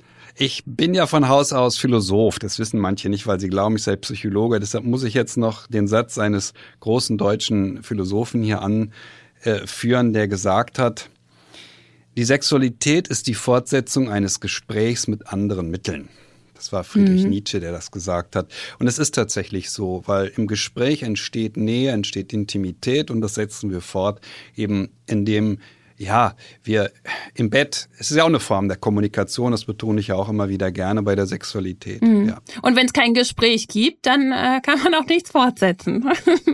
Ich bin ja von Haus aus Philosoph, das wissen manche nicht, weil sie glauben, ich sei Psychologe. Deshalb muss ich jetzt noch den Satz eines großen deutschen Philosophen hier anführen, der gesagt hat, die Sexualität ist die Fortsetzung eines Gesprächs mit anderen Mitteln. Das war Friedrich mhm. Nietzsche, der das gesagt hat. Und es ist tatsächlich so, weil im Gespräch entsteht Nähe, entsteht Intimität und das setzen wir fort, eben indem ja, wir im Bett, es ist ja auch eine Form der Kommunikation, das betone ich ja auch immer wieder gerne bei der Sexualität. Mhm. Ja. Und wenn es kein Gespräch gibt, dann äh, kann man auch nichts fortsetzen.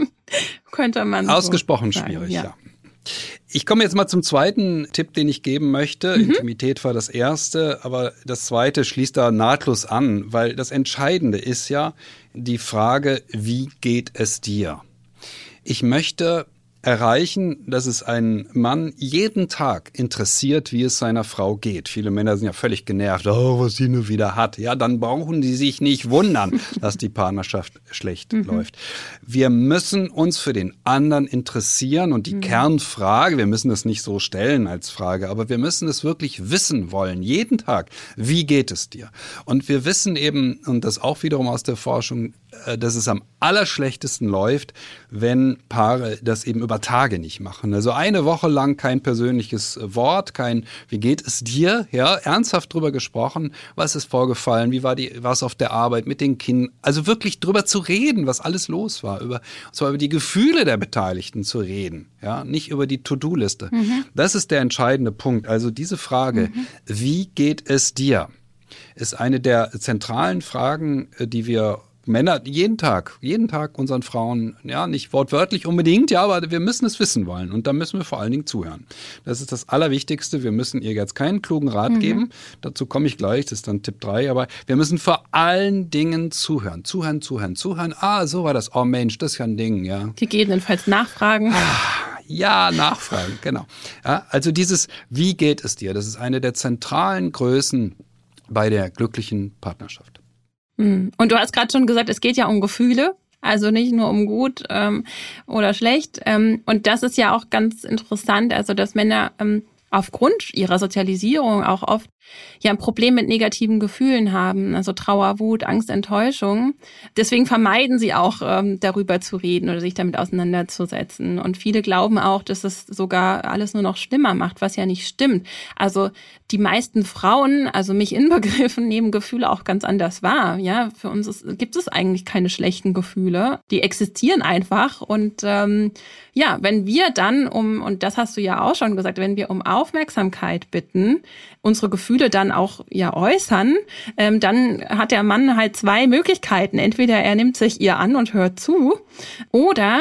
Könnte man Ausgesprochen so sagen, schwierig, ja. ja. Ich komme jetzt mal zum zweiten Tipp, den ich geben möchte. Mhm. Intimität war das erste, aber das zweite schließt da nahtlos an, weil das Entscheidende ist ja die Frage, wie geht es dir? Ich möchte erreichen, dass es einen Mann jeden Tag interessiert, wie es seiner Frau geht. Viele Männer sind ja völlig genervt, oh, was sie nur wieder hat. Ja, dann brauchen die sich nicht wundern, dass die Partnerschaft schlecht mhm. läuft. Wir müssen uns für den anderen interessieren und die mhm. Kernfrage, wir müssen es nicht so stellen als Frage, aber wir müssen es wirklich wissen wollen, jeden Tag, wie geht es dir? Und wir wissen eben, und das auch wiederum aus der Forschung, dass es am allerschlechtesten läuft, wenn Paare das eben über Tage nicht machen. Also eine Woche lang kein persönliches Wort, kein wie geht es dir, ja, ernsthaft drüber gesprochen, was ist vorgefallen, wie war die, was auf der Arbeit mit den Kindern, also wirklich drüber zu reden, was alles los war, über, und zwar über die Gefühle der Beteiligten zu reden, ja, nicht über die To-Do-Liste. Mhm. Das ist der entscheidende Punkt. Also diese Frage, mhm. wie geht es dir, ist eine der zentralen Fragen, die wir Männer jeden Tag, jeden Tag unseren Frauen, ja, nicht wortwörtlich unbedingt, ja, aber wir müssen es wissen wollen und da müssen wir vor allen Dingen zuhören. Das ist das Allerwichtigste. Wir müssen ihr jetzt keinen klugen Rat mhm. geben. Dazu komme ich gleich, das ist dann Tipp drei, aber wir müssen vor allen Dingen zuhören. Zuhören, zuhören, zuhören. Ah, so war das. Oh Mensch, das ist ja ein Ding, ja. Gegebenenfalls nachfragen. Ah, ja, nachfragen, genau. Ja, also dieses, wie geht es dir? Das ist eine der zentralen Größen bei der glücklichen Partnerschaft. Und du hast gerade schon gesagt, es geht ja um Gefühle, also nicht nur um gut ähm, oder schlecht. Ähm, und das ist ja auch ganz interessant, also dass Männer ähm, aufgrund ihrer Sozialisierung auch oft ja ein Problem mit negativen Gefühlen haben, also Trauer, Wut, Angst, Enttäuschung. Deswegen vermeiden sie auch, ähm, darüber zu reden oder sich damit auseinanderzusetzen. Und viele glauben auch, dass es sogar alles nur noch schlimmer macht, was ja nicht stimmt. Also die meisten Frauen, also mich inbegriffen, nehmen Gefühle auch ganz anders wahr. Ja, für uns ist, gibt es eigentlich keine schlechten Gefühle. Die existieren einfach. Und ähm, ja, wenn wir dann um, und das hast du ja auch schon gesagt, wenn wir um Aufmerksamkeit bitten, unsere Gefühle dann auch ja äußern, ähm, dann hat der Mann halt zwei Möglichkeiten. Entweder er nimmt sich ihr an und hört zu oder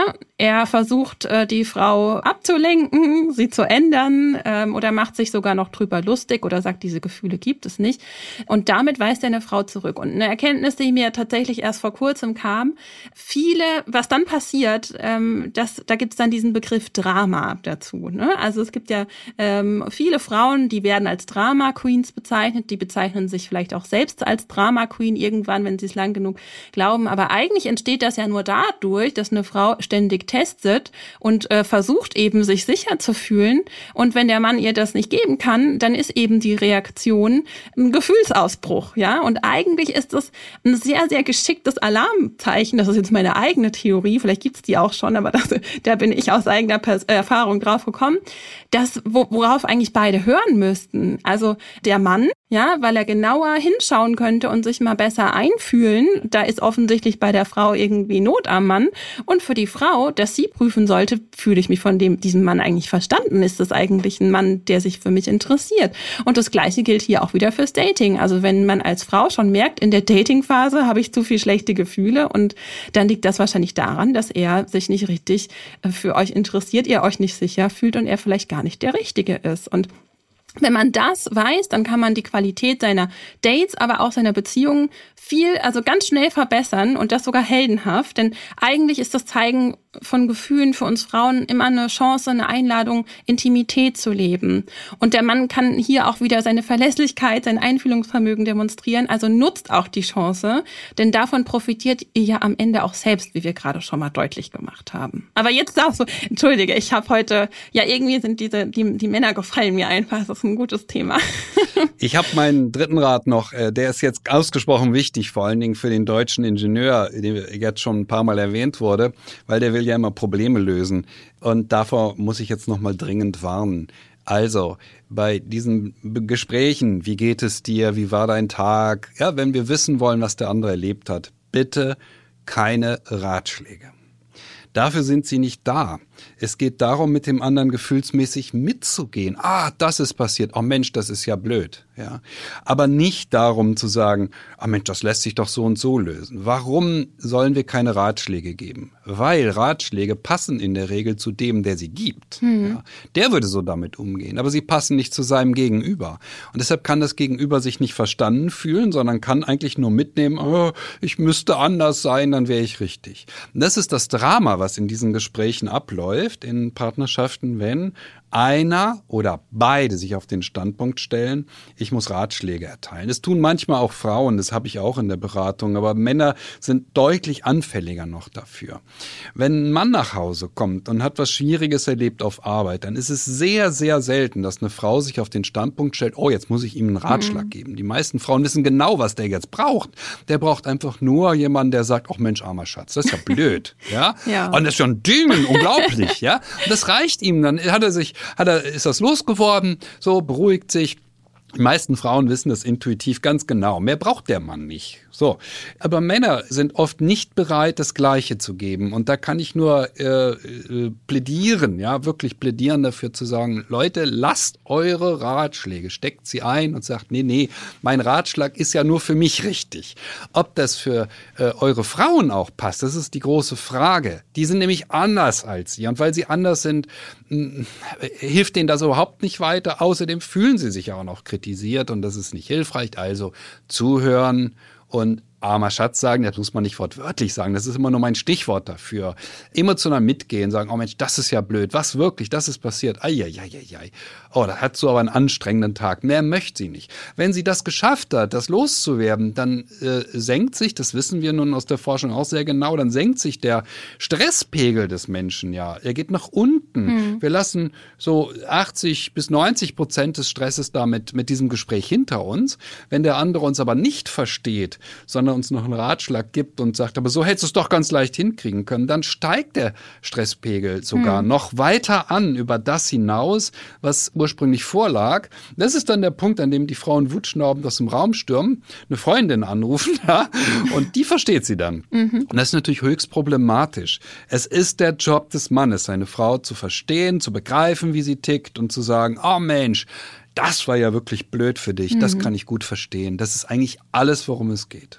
Er versucht, die Frau abzulenken, sie zu ändern ähm, oder macht sich sogar noch drüber lustig oder sagt, diese Gefühle gibt es nicht. Und damit weist er eine Frau zurück. Und eine Erkenntnis, die mir tatsächlich erst vor kurzem kam, viele, was dann passiert, ähm, das, da gibt es dann diesen Begriff Drama dazu. Ne? Also es gibt ja ähm, viele Frauen, die werden als Drama Queens bezeichnet, die bezeichnen sich vielleicht auch selbst als Drama Queen irgendwann, wenn sie es lang genug glauben. Aber eigentlich entsteht das ja nur dadurch, dass eine Frau ständig testet und äh, versucht eben, sich sicher zu fühlen. Und wenn der Mann ihr das nicht geben kann, dann ist eben die Reaktion ein Gefühlsausbruch. Ja, und eigentlich ist das ein sehr, sehr geschicktes Alarmzeichen. Das ist jetzt meine eigene Theorie. Vielleicht gibt's die auch schon, aber das, da bin ich aus eigener Pers- Erfahrung drauf gekommen. Das, worauf eigentlich beide hören müssten. Also der Mann, ja, weil er genauer hinschauen könnte und sich mal besser einfühlen. Da ist offensichtlich bei der Frau irgendwie Not am Mann. Und für die Frau, dass sie prüfen sollte, fühle ich mich von dem, diesem Mann eigentlich verstanden? Ist das eigentlich ein Mann, der sich für mich interessiert? Und das Gleiche gilt hier auch wieder fürs Dating. Also wenn man als Frau schon merkt, in der Datingphase habe ich zu viel schlechte Gefühle und dann liegt das wahrscheinlich daran, dass er sich nicht richtig für euch interessiert, ihr euch nicht sicher fühlt und er vielleicht gar nicht der Richtige ist. Und wenn man das weiß, dann kann man die Qualität seiner Dates, aber auch seiner Beziehungen viel, also ganz schnell verbessern und das sogar heldenhaft. Denn eigentlich ist das Zeigen von Gefühlen für uns Frauen immer eine Chance, eine Einladung, Intimität zu leben. Und der Mann kann hier auch wieder seine Verlässlichkeit, sein Einfühlungsvermögen demonstrieren. Also nutzt auch die Chance, denn davon profitiert ihr ja am Ende auch selbst, wie wir gerade schon mal deutlich gemacht haben. Aber jetzt darfst du, entschuldige, ich habe heute, ja irgendwie sind diese, die, die Männer gefallen mir einfach. Das ist ein gutes Thema. Ich habe meinen dritten Rat noch, der ist jetzt ausgesprochen wichtig, vor allen Dingen für den deutschen Ingenieur, der jetzt schon ein paar Mal erwähnt wurde, weil der will ja immer Probleme lösen. Und davor muss ich jetzt nochmal dringend warnen. Also, bei diesen Gesprächen, wie geht es dir, wie war dein Tag, ja, wenn wir wissen wollen, was der andere erlebt hat, bitte keine Ratschläge. Dafür sind sie nicht da. Es geht darum, mit dem anderen gefühlsmäßig mitzugehen. Ah, das ist passiert. Oh Mensch, das ist ja blöd. Ja, aber nicht darum zu sagen, ah Mensch, das lässt sich doch so und so lösen. Warum sollen wir keine Ratschläge geben? Weil Ratschläge passen in der Regel zu dem, der sie gibt. Hm. Ja, der würde so damit umgehen, aber sie passen nicht zu seinem Gegenüber. Und deshalb kann das Gegenüber sich nicht verstanden fühlen, sondern kann eigentlich nur mitnehmen, oh, ich müsste anders sein, dann wäre ich richtig. Und das ist das Drama, was in diesen Gesprächen abläuft, in Partnerschaften, wenn einer oder beide sich auf den Standpunkt stellen, ich muss Ratschläge erteilen. Das tun manchmal auch Frauen, das habe ich auch in der Beratung, aber Männer sind deutlich anfälliger noch dafür. Wenn ein Mann nach Hause kommt und hat was Schwieriges erlebt auf Arbeit, dann ist es sehr, sehr selten, dass eine Frau sich auf den Standpunkt stellt, oh, jetzt muss ich ihm einen Ratschlag mhm. geben. Die meisten Frauen wissen genau, was der jetzt braucht. Der braucht einfach nur jemanden, der sagt, ach Mensch, armer Schatz, das ist ja blöd. ja? ja. Und das ist schon düngen, unglaublich. ja. Und das reicht ihm, dann hat er sich Hat er, ist das losgeworden, so beruhigt sich. Die meisten Frauen wissen das intuitiv ganz genau. Mehr braucht der Mann nicht. So, aber Männer sind oft nicht bereit, das Gleiche zu geben. Und da kann ich nur äh, äh, plädieren, ja, wirklich plädieren dafür zu sagen, Leute, lasst eure Ratschläge, steckt sie ein und sagt, nee, nee, mein Ratschlag ist ja nur für mich richtig. Ob das für äh, eure Frauen auch passt, das ist die große Frage. Die sind nämlich anders als ihr. Und weil sie anders sind, mh, hilft denen das überhaupt nicht weiter. Außerdem fühlen sie sich auch noch kritisiert und das ist nicht hilfreich. Also zuhören und armer Schatz sagen, das muss man nicht wortwörtlich sagen, das ist immer nur mein Stichwort dafür. Emotional mitgehen, sagen, oh Mensch, das ist ja blöd, was wirklich, das ist passiert, eieieiei. Oh, da hat so aber einen anstrengenden Tag, mehr möchte sie nicht. Wenn sie das geschafft hat, das loszuwerden, dann äh, senkt sich, das wissen wir nun aus der Forschung auch sehr genau, dann senkt sich der Stresspegel des Menschen, ja, er geht nach unten. Mhm. Wir lassen so achtzig bis neunzig Prozent des Stresses damit mit diesem Gespräch hinter uns. Wenn der andere uns aber nicht versteht, sondern uns noch einen Ratschlag gibt und sagt, aber so hättest du es doch ganz leicht hinkriegen können, dann steigt der Stresspegel sogar hm. noch weiter an über das hinaus, was ursprünglich vorlag. Das ist dann der Punkt, an dem die Frauen wutschnaubend aus dem Raum stürmen, eine Freundin anrufen, ja, und die versteht sie dann. Mhm. Und das ist natürlich höchst problematisch. Es ist der Job des Mannes, seine Frau zu verstehen, zu begreifen, wie sie tickt und zu sagen, oh Mensch, das war ja wirklich blöd für dich, mhm. das kann ich gut verstehen. Das ist eigentlich alles, worum es geht.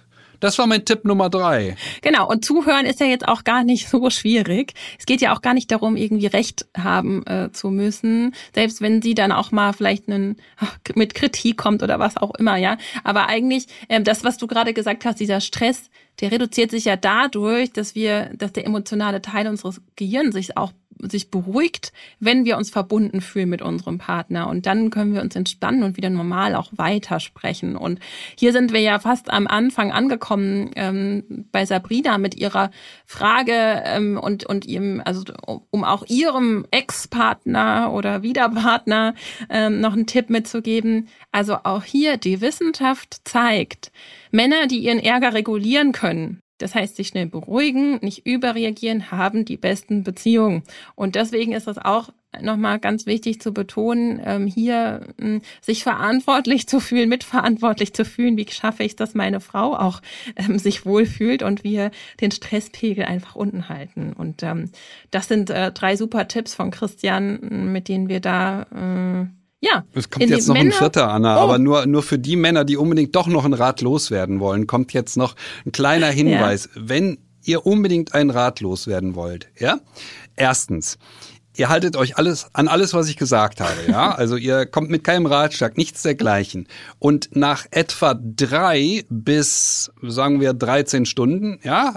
Das war mein Tipp Nummer drei. Genau, und zuhören ist ja jetzt auch gar nicht so schwierig. Es geht ja auch gar nicht darum, irgendwie Recht haben äh, zu müssen, selbst wenn sie dann auch mal vielleicht einen, ach, mit Kritik kommt oder was auch immer, ja. Aber eigentlich, ähm, das, was du gerade gesagt hast, dieser Stress, der reduziert sich ja dadurch, dass wir, dass der emotionale Teil unseres Gehirns sich auch sich beruhigt, wenn wir uns verbunden fühlen mit unserem Partner. Und dann können wir uns entspannen und wieder normal auch weitersprechen. Und hier sind wir ja fast am Anfang angekommen ähm, bei Sabrina mit ihrer Frage ähm, und und ihrem, also um auch ihrem Ex-Partner oder Wiederpartner ähm, noch einen Tipp mitzugeben. Also auch hier die Wissenschaft zeigt, Männer, die ihren Ärger regulieren können, das heißt, sich schnell beruhigen, nicht überreagieren, haben die besten Beziehungen. Und deswegen ist es auch nochmal ganz wichtig zu betonen, ähm, hier ähm, sich verantwortlich zu fühlen, mitverantwortlich zu fühlen. Wie schaffe ich es, dass meine Frau auch ähm, sich wohlfühlt und wir den Stresspegel einfach unten halten. Und ähm, das sind äh, drei super Tipps von Christian, mit denen wir da... Äh, Ja, es kommt jetzt noch Männer, ein vierter, Anna, oh. aber nur nur für die Männer, die unbedingt doch noch einen Rat loswerden wollen, kommt jetzt noch ein kleiner Hinweis. Ja. Wenn ihr unbedingt einen Rat loswerden wollt, ja, erstens, ihr haltet euch alles an alles, was ich gesagt habe, ja, also ihr kommt mit keinem Ratschlag, nichts dergleichen. Und nach etwa drei bis, sagen wir, dreizehn Stunden, ja,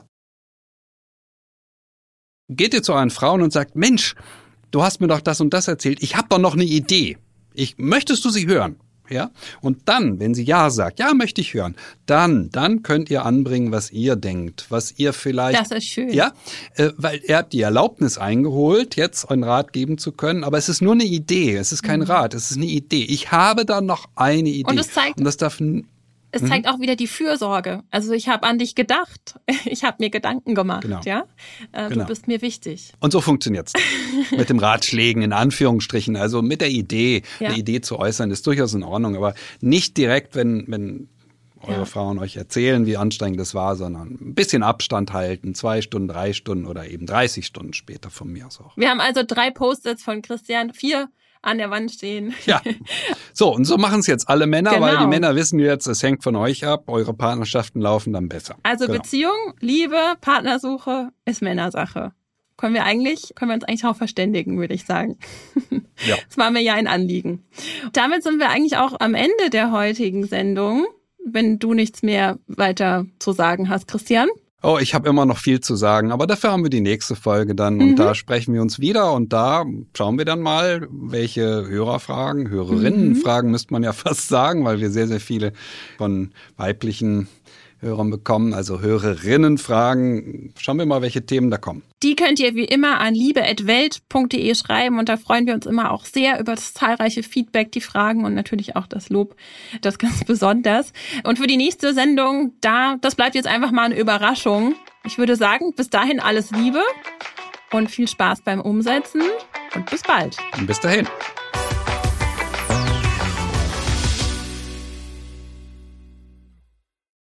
geht ihr zu euren Frauen und sagt, Mensch, du hast mir doch das und das erzählt, ich habe doch noch eine Idee. Ich, möchtest du sie hören? Ja? Und dann, wenn sie ja sagt, ja, möchte ich hören, dann, dann könnt ihr anbringen, was ihr denkt, was ihr vielleicht... Das ist schön. Ja, äh, weil ihr habt die Erlaubnis eingeholt, jetzt einen Rat geben zu können, aber es ist nur eine Idee, es ist kein mhm. Rat, es ist eine Idee. Ich habe da noch eine Idee. Und es zeigt... Und das darf... Es zeigt auch wieder die Fürsorge. Also ich habe an dich gedacht. Ich habe mir Gedanken gemacht. Genau. Ja, äh, genau. Du bist mir wichtig. Und so funktioniert's. Mit dem Ratschlägen in Anführungsstrichen. Also mit der Idee, ja. eine Idee zu äußern, ist durchaus in Ordnung. Aber nicht direkt, wenn, wenn eure ja. Frauen euch erzählen, wie anstrengend es war, sondern ein bisschen Abstand halten. Zwei Stunden, drei Stunden oder eben dreißig Stunden später von mir aus auch. Wir haben also drei Post-its von Christian, vier an der Wand stehen. Ja, so und so machen es jetzt alle Männer, genau. weil die Männer wissen jetzt, es hängt von euch ab, eure Partnerschaften laufen dann besser. Also genau. Beziehung, Liebe, Partnersuche ist Männersache. Können wir eigentlich, können wir uns eigentlich auch verständigen, würde ich sagen. Ja. Das war mir ja ein Anliegen. Damit sind wir eigentlich auch am Ende der heutigen Sendung, wenn du nichts mehr weiter zu sagen hast, Christian. Oh, ich habe immer noch viel zu sagen, aber dafür haben wir die nächste Folge dann mhm. und da sprechen wir uns wieder und da schauen wir dann mal, welche Hörerfragen, Hörerinnenfragen mhm. müsste man ja fast sagen, weil wir sehr, sehr viele von weiblichen Hörern bekommen, also Hörerinnenfragen. Schauen wir mal, welche Themen da kommen. Die könnt ihr wie immer an liebe at welt punkt de schreiben und da freuen wir uns immer auch sehr über das zahlreiche Feedback, die Fragen und natürlich auch das Lob, das ganz besonders. Und für die nächste Sendung, da, das bleibt jetzt einfach mal eine Überraschung. Ich würde sagen, bis dahin alles Liebe und viel Spaß beim Umsetzen und bis bald. Und bis dahin.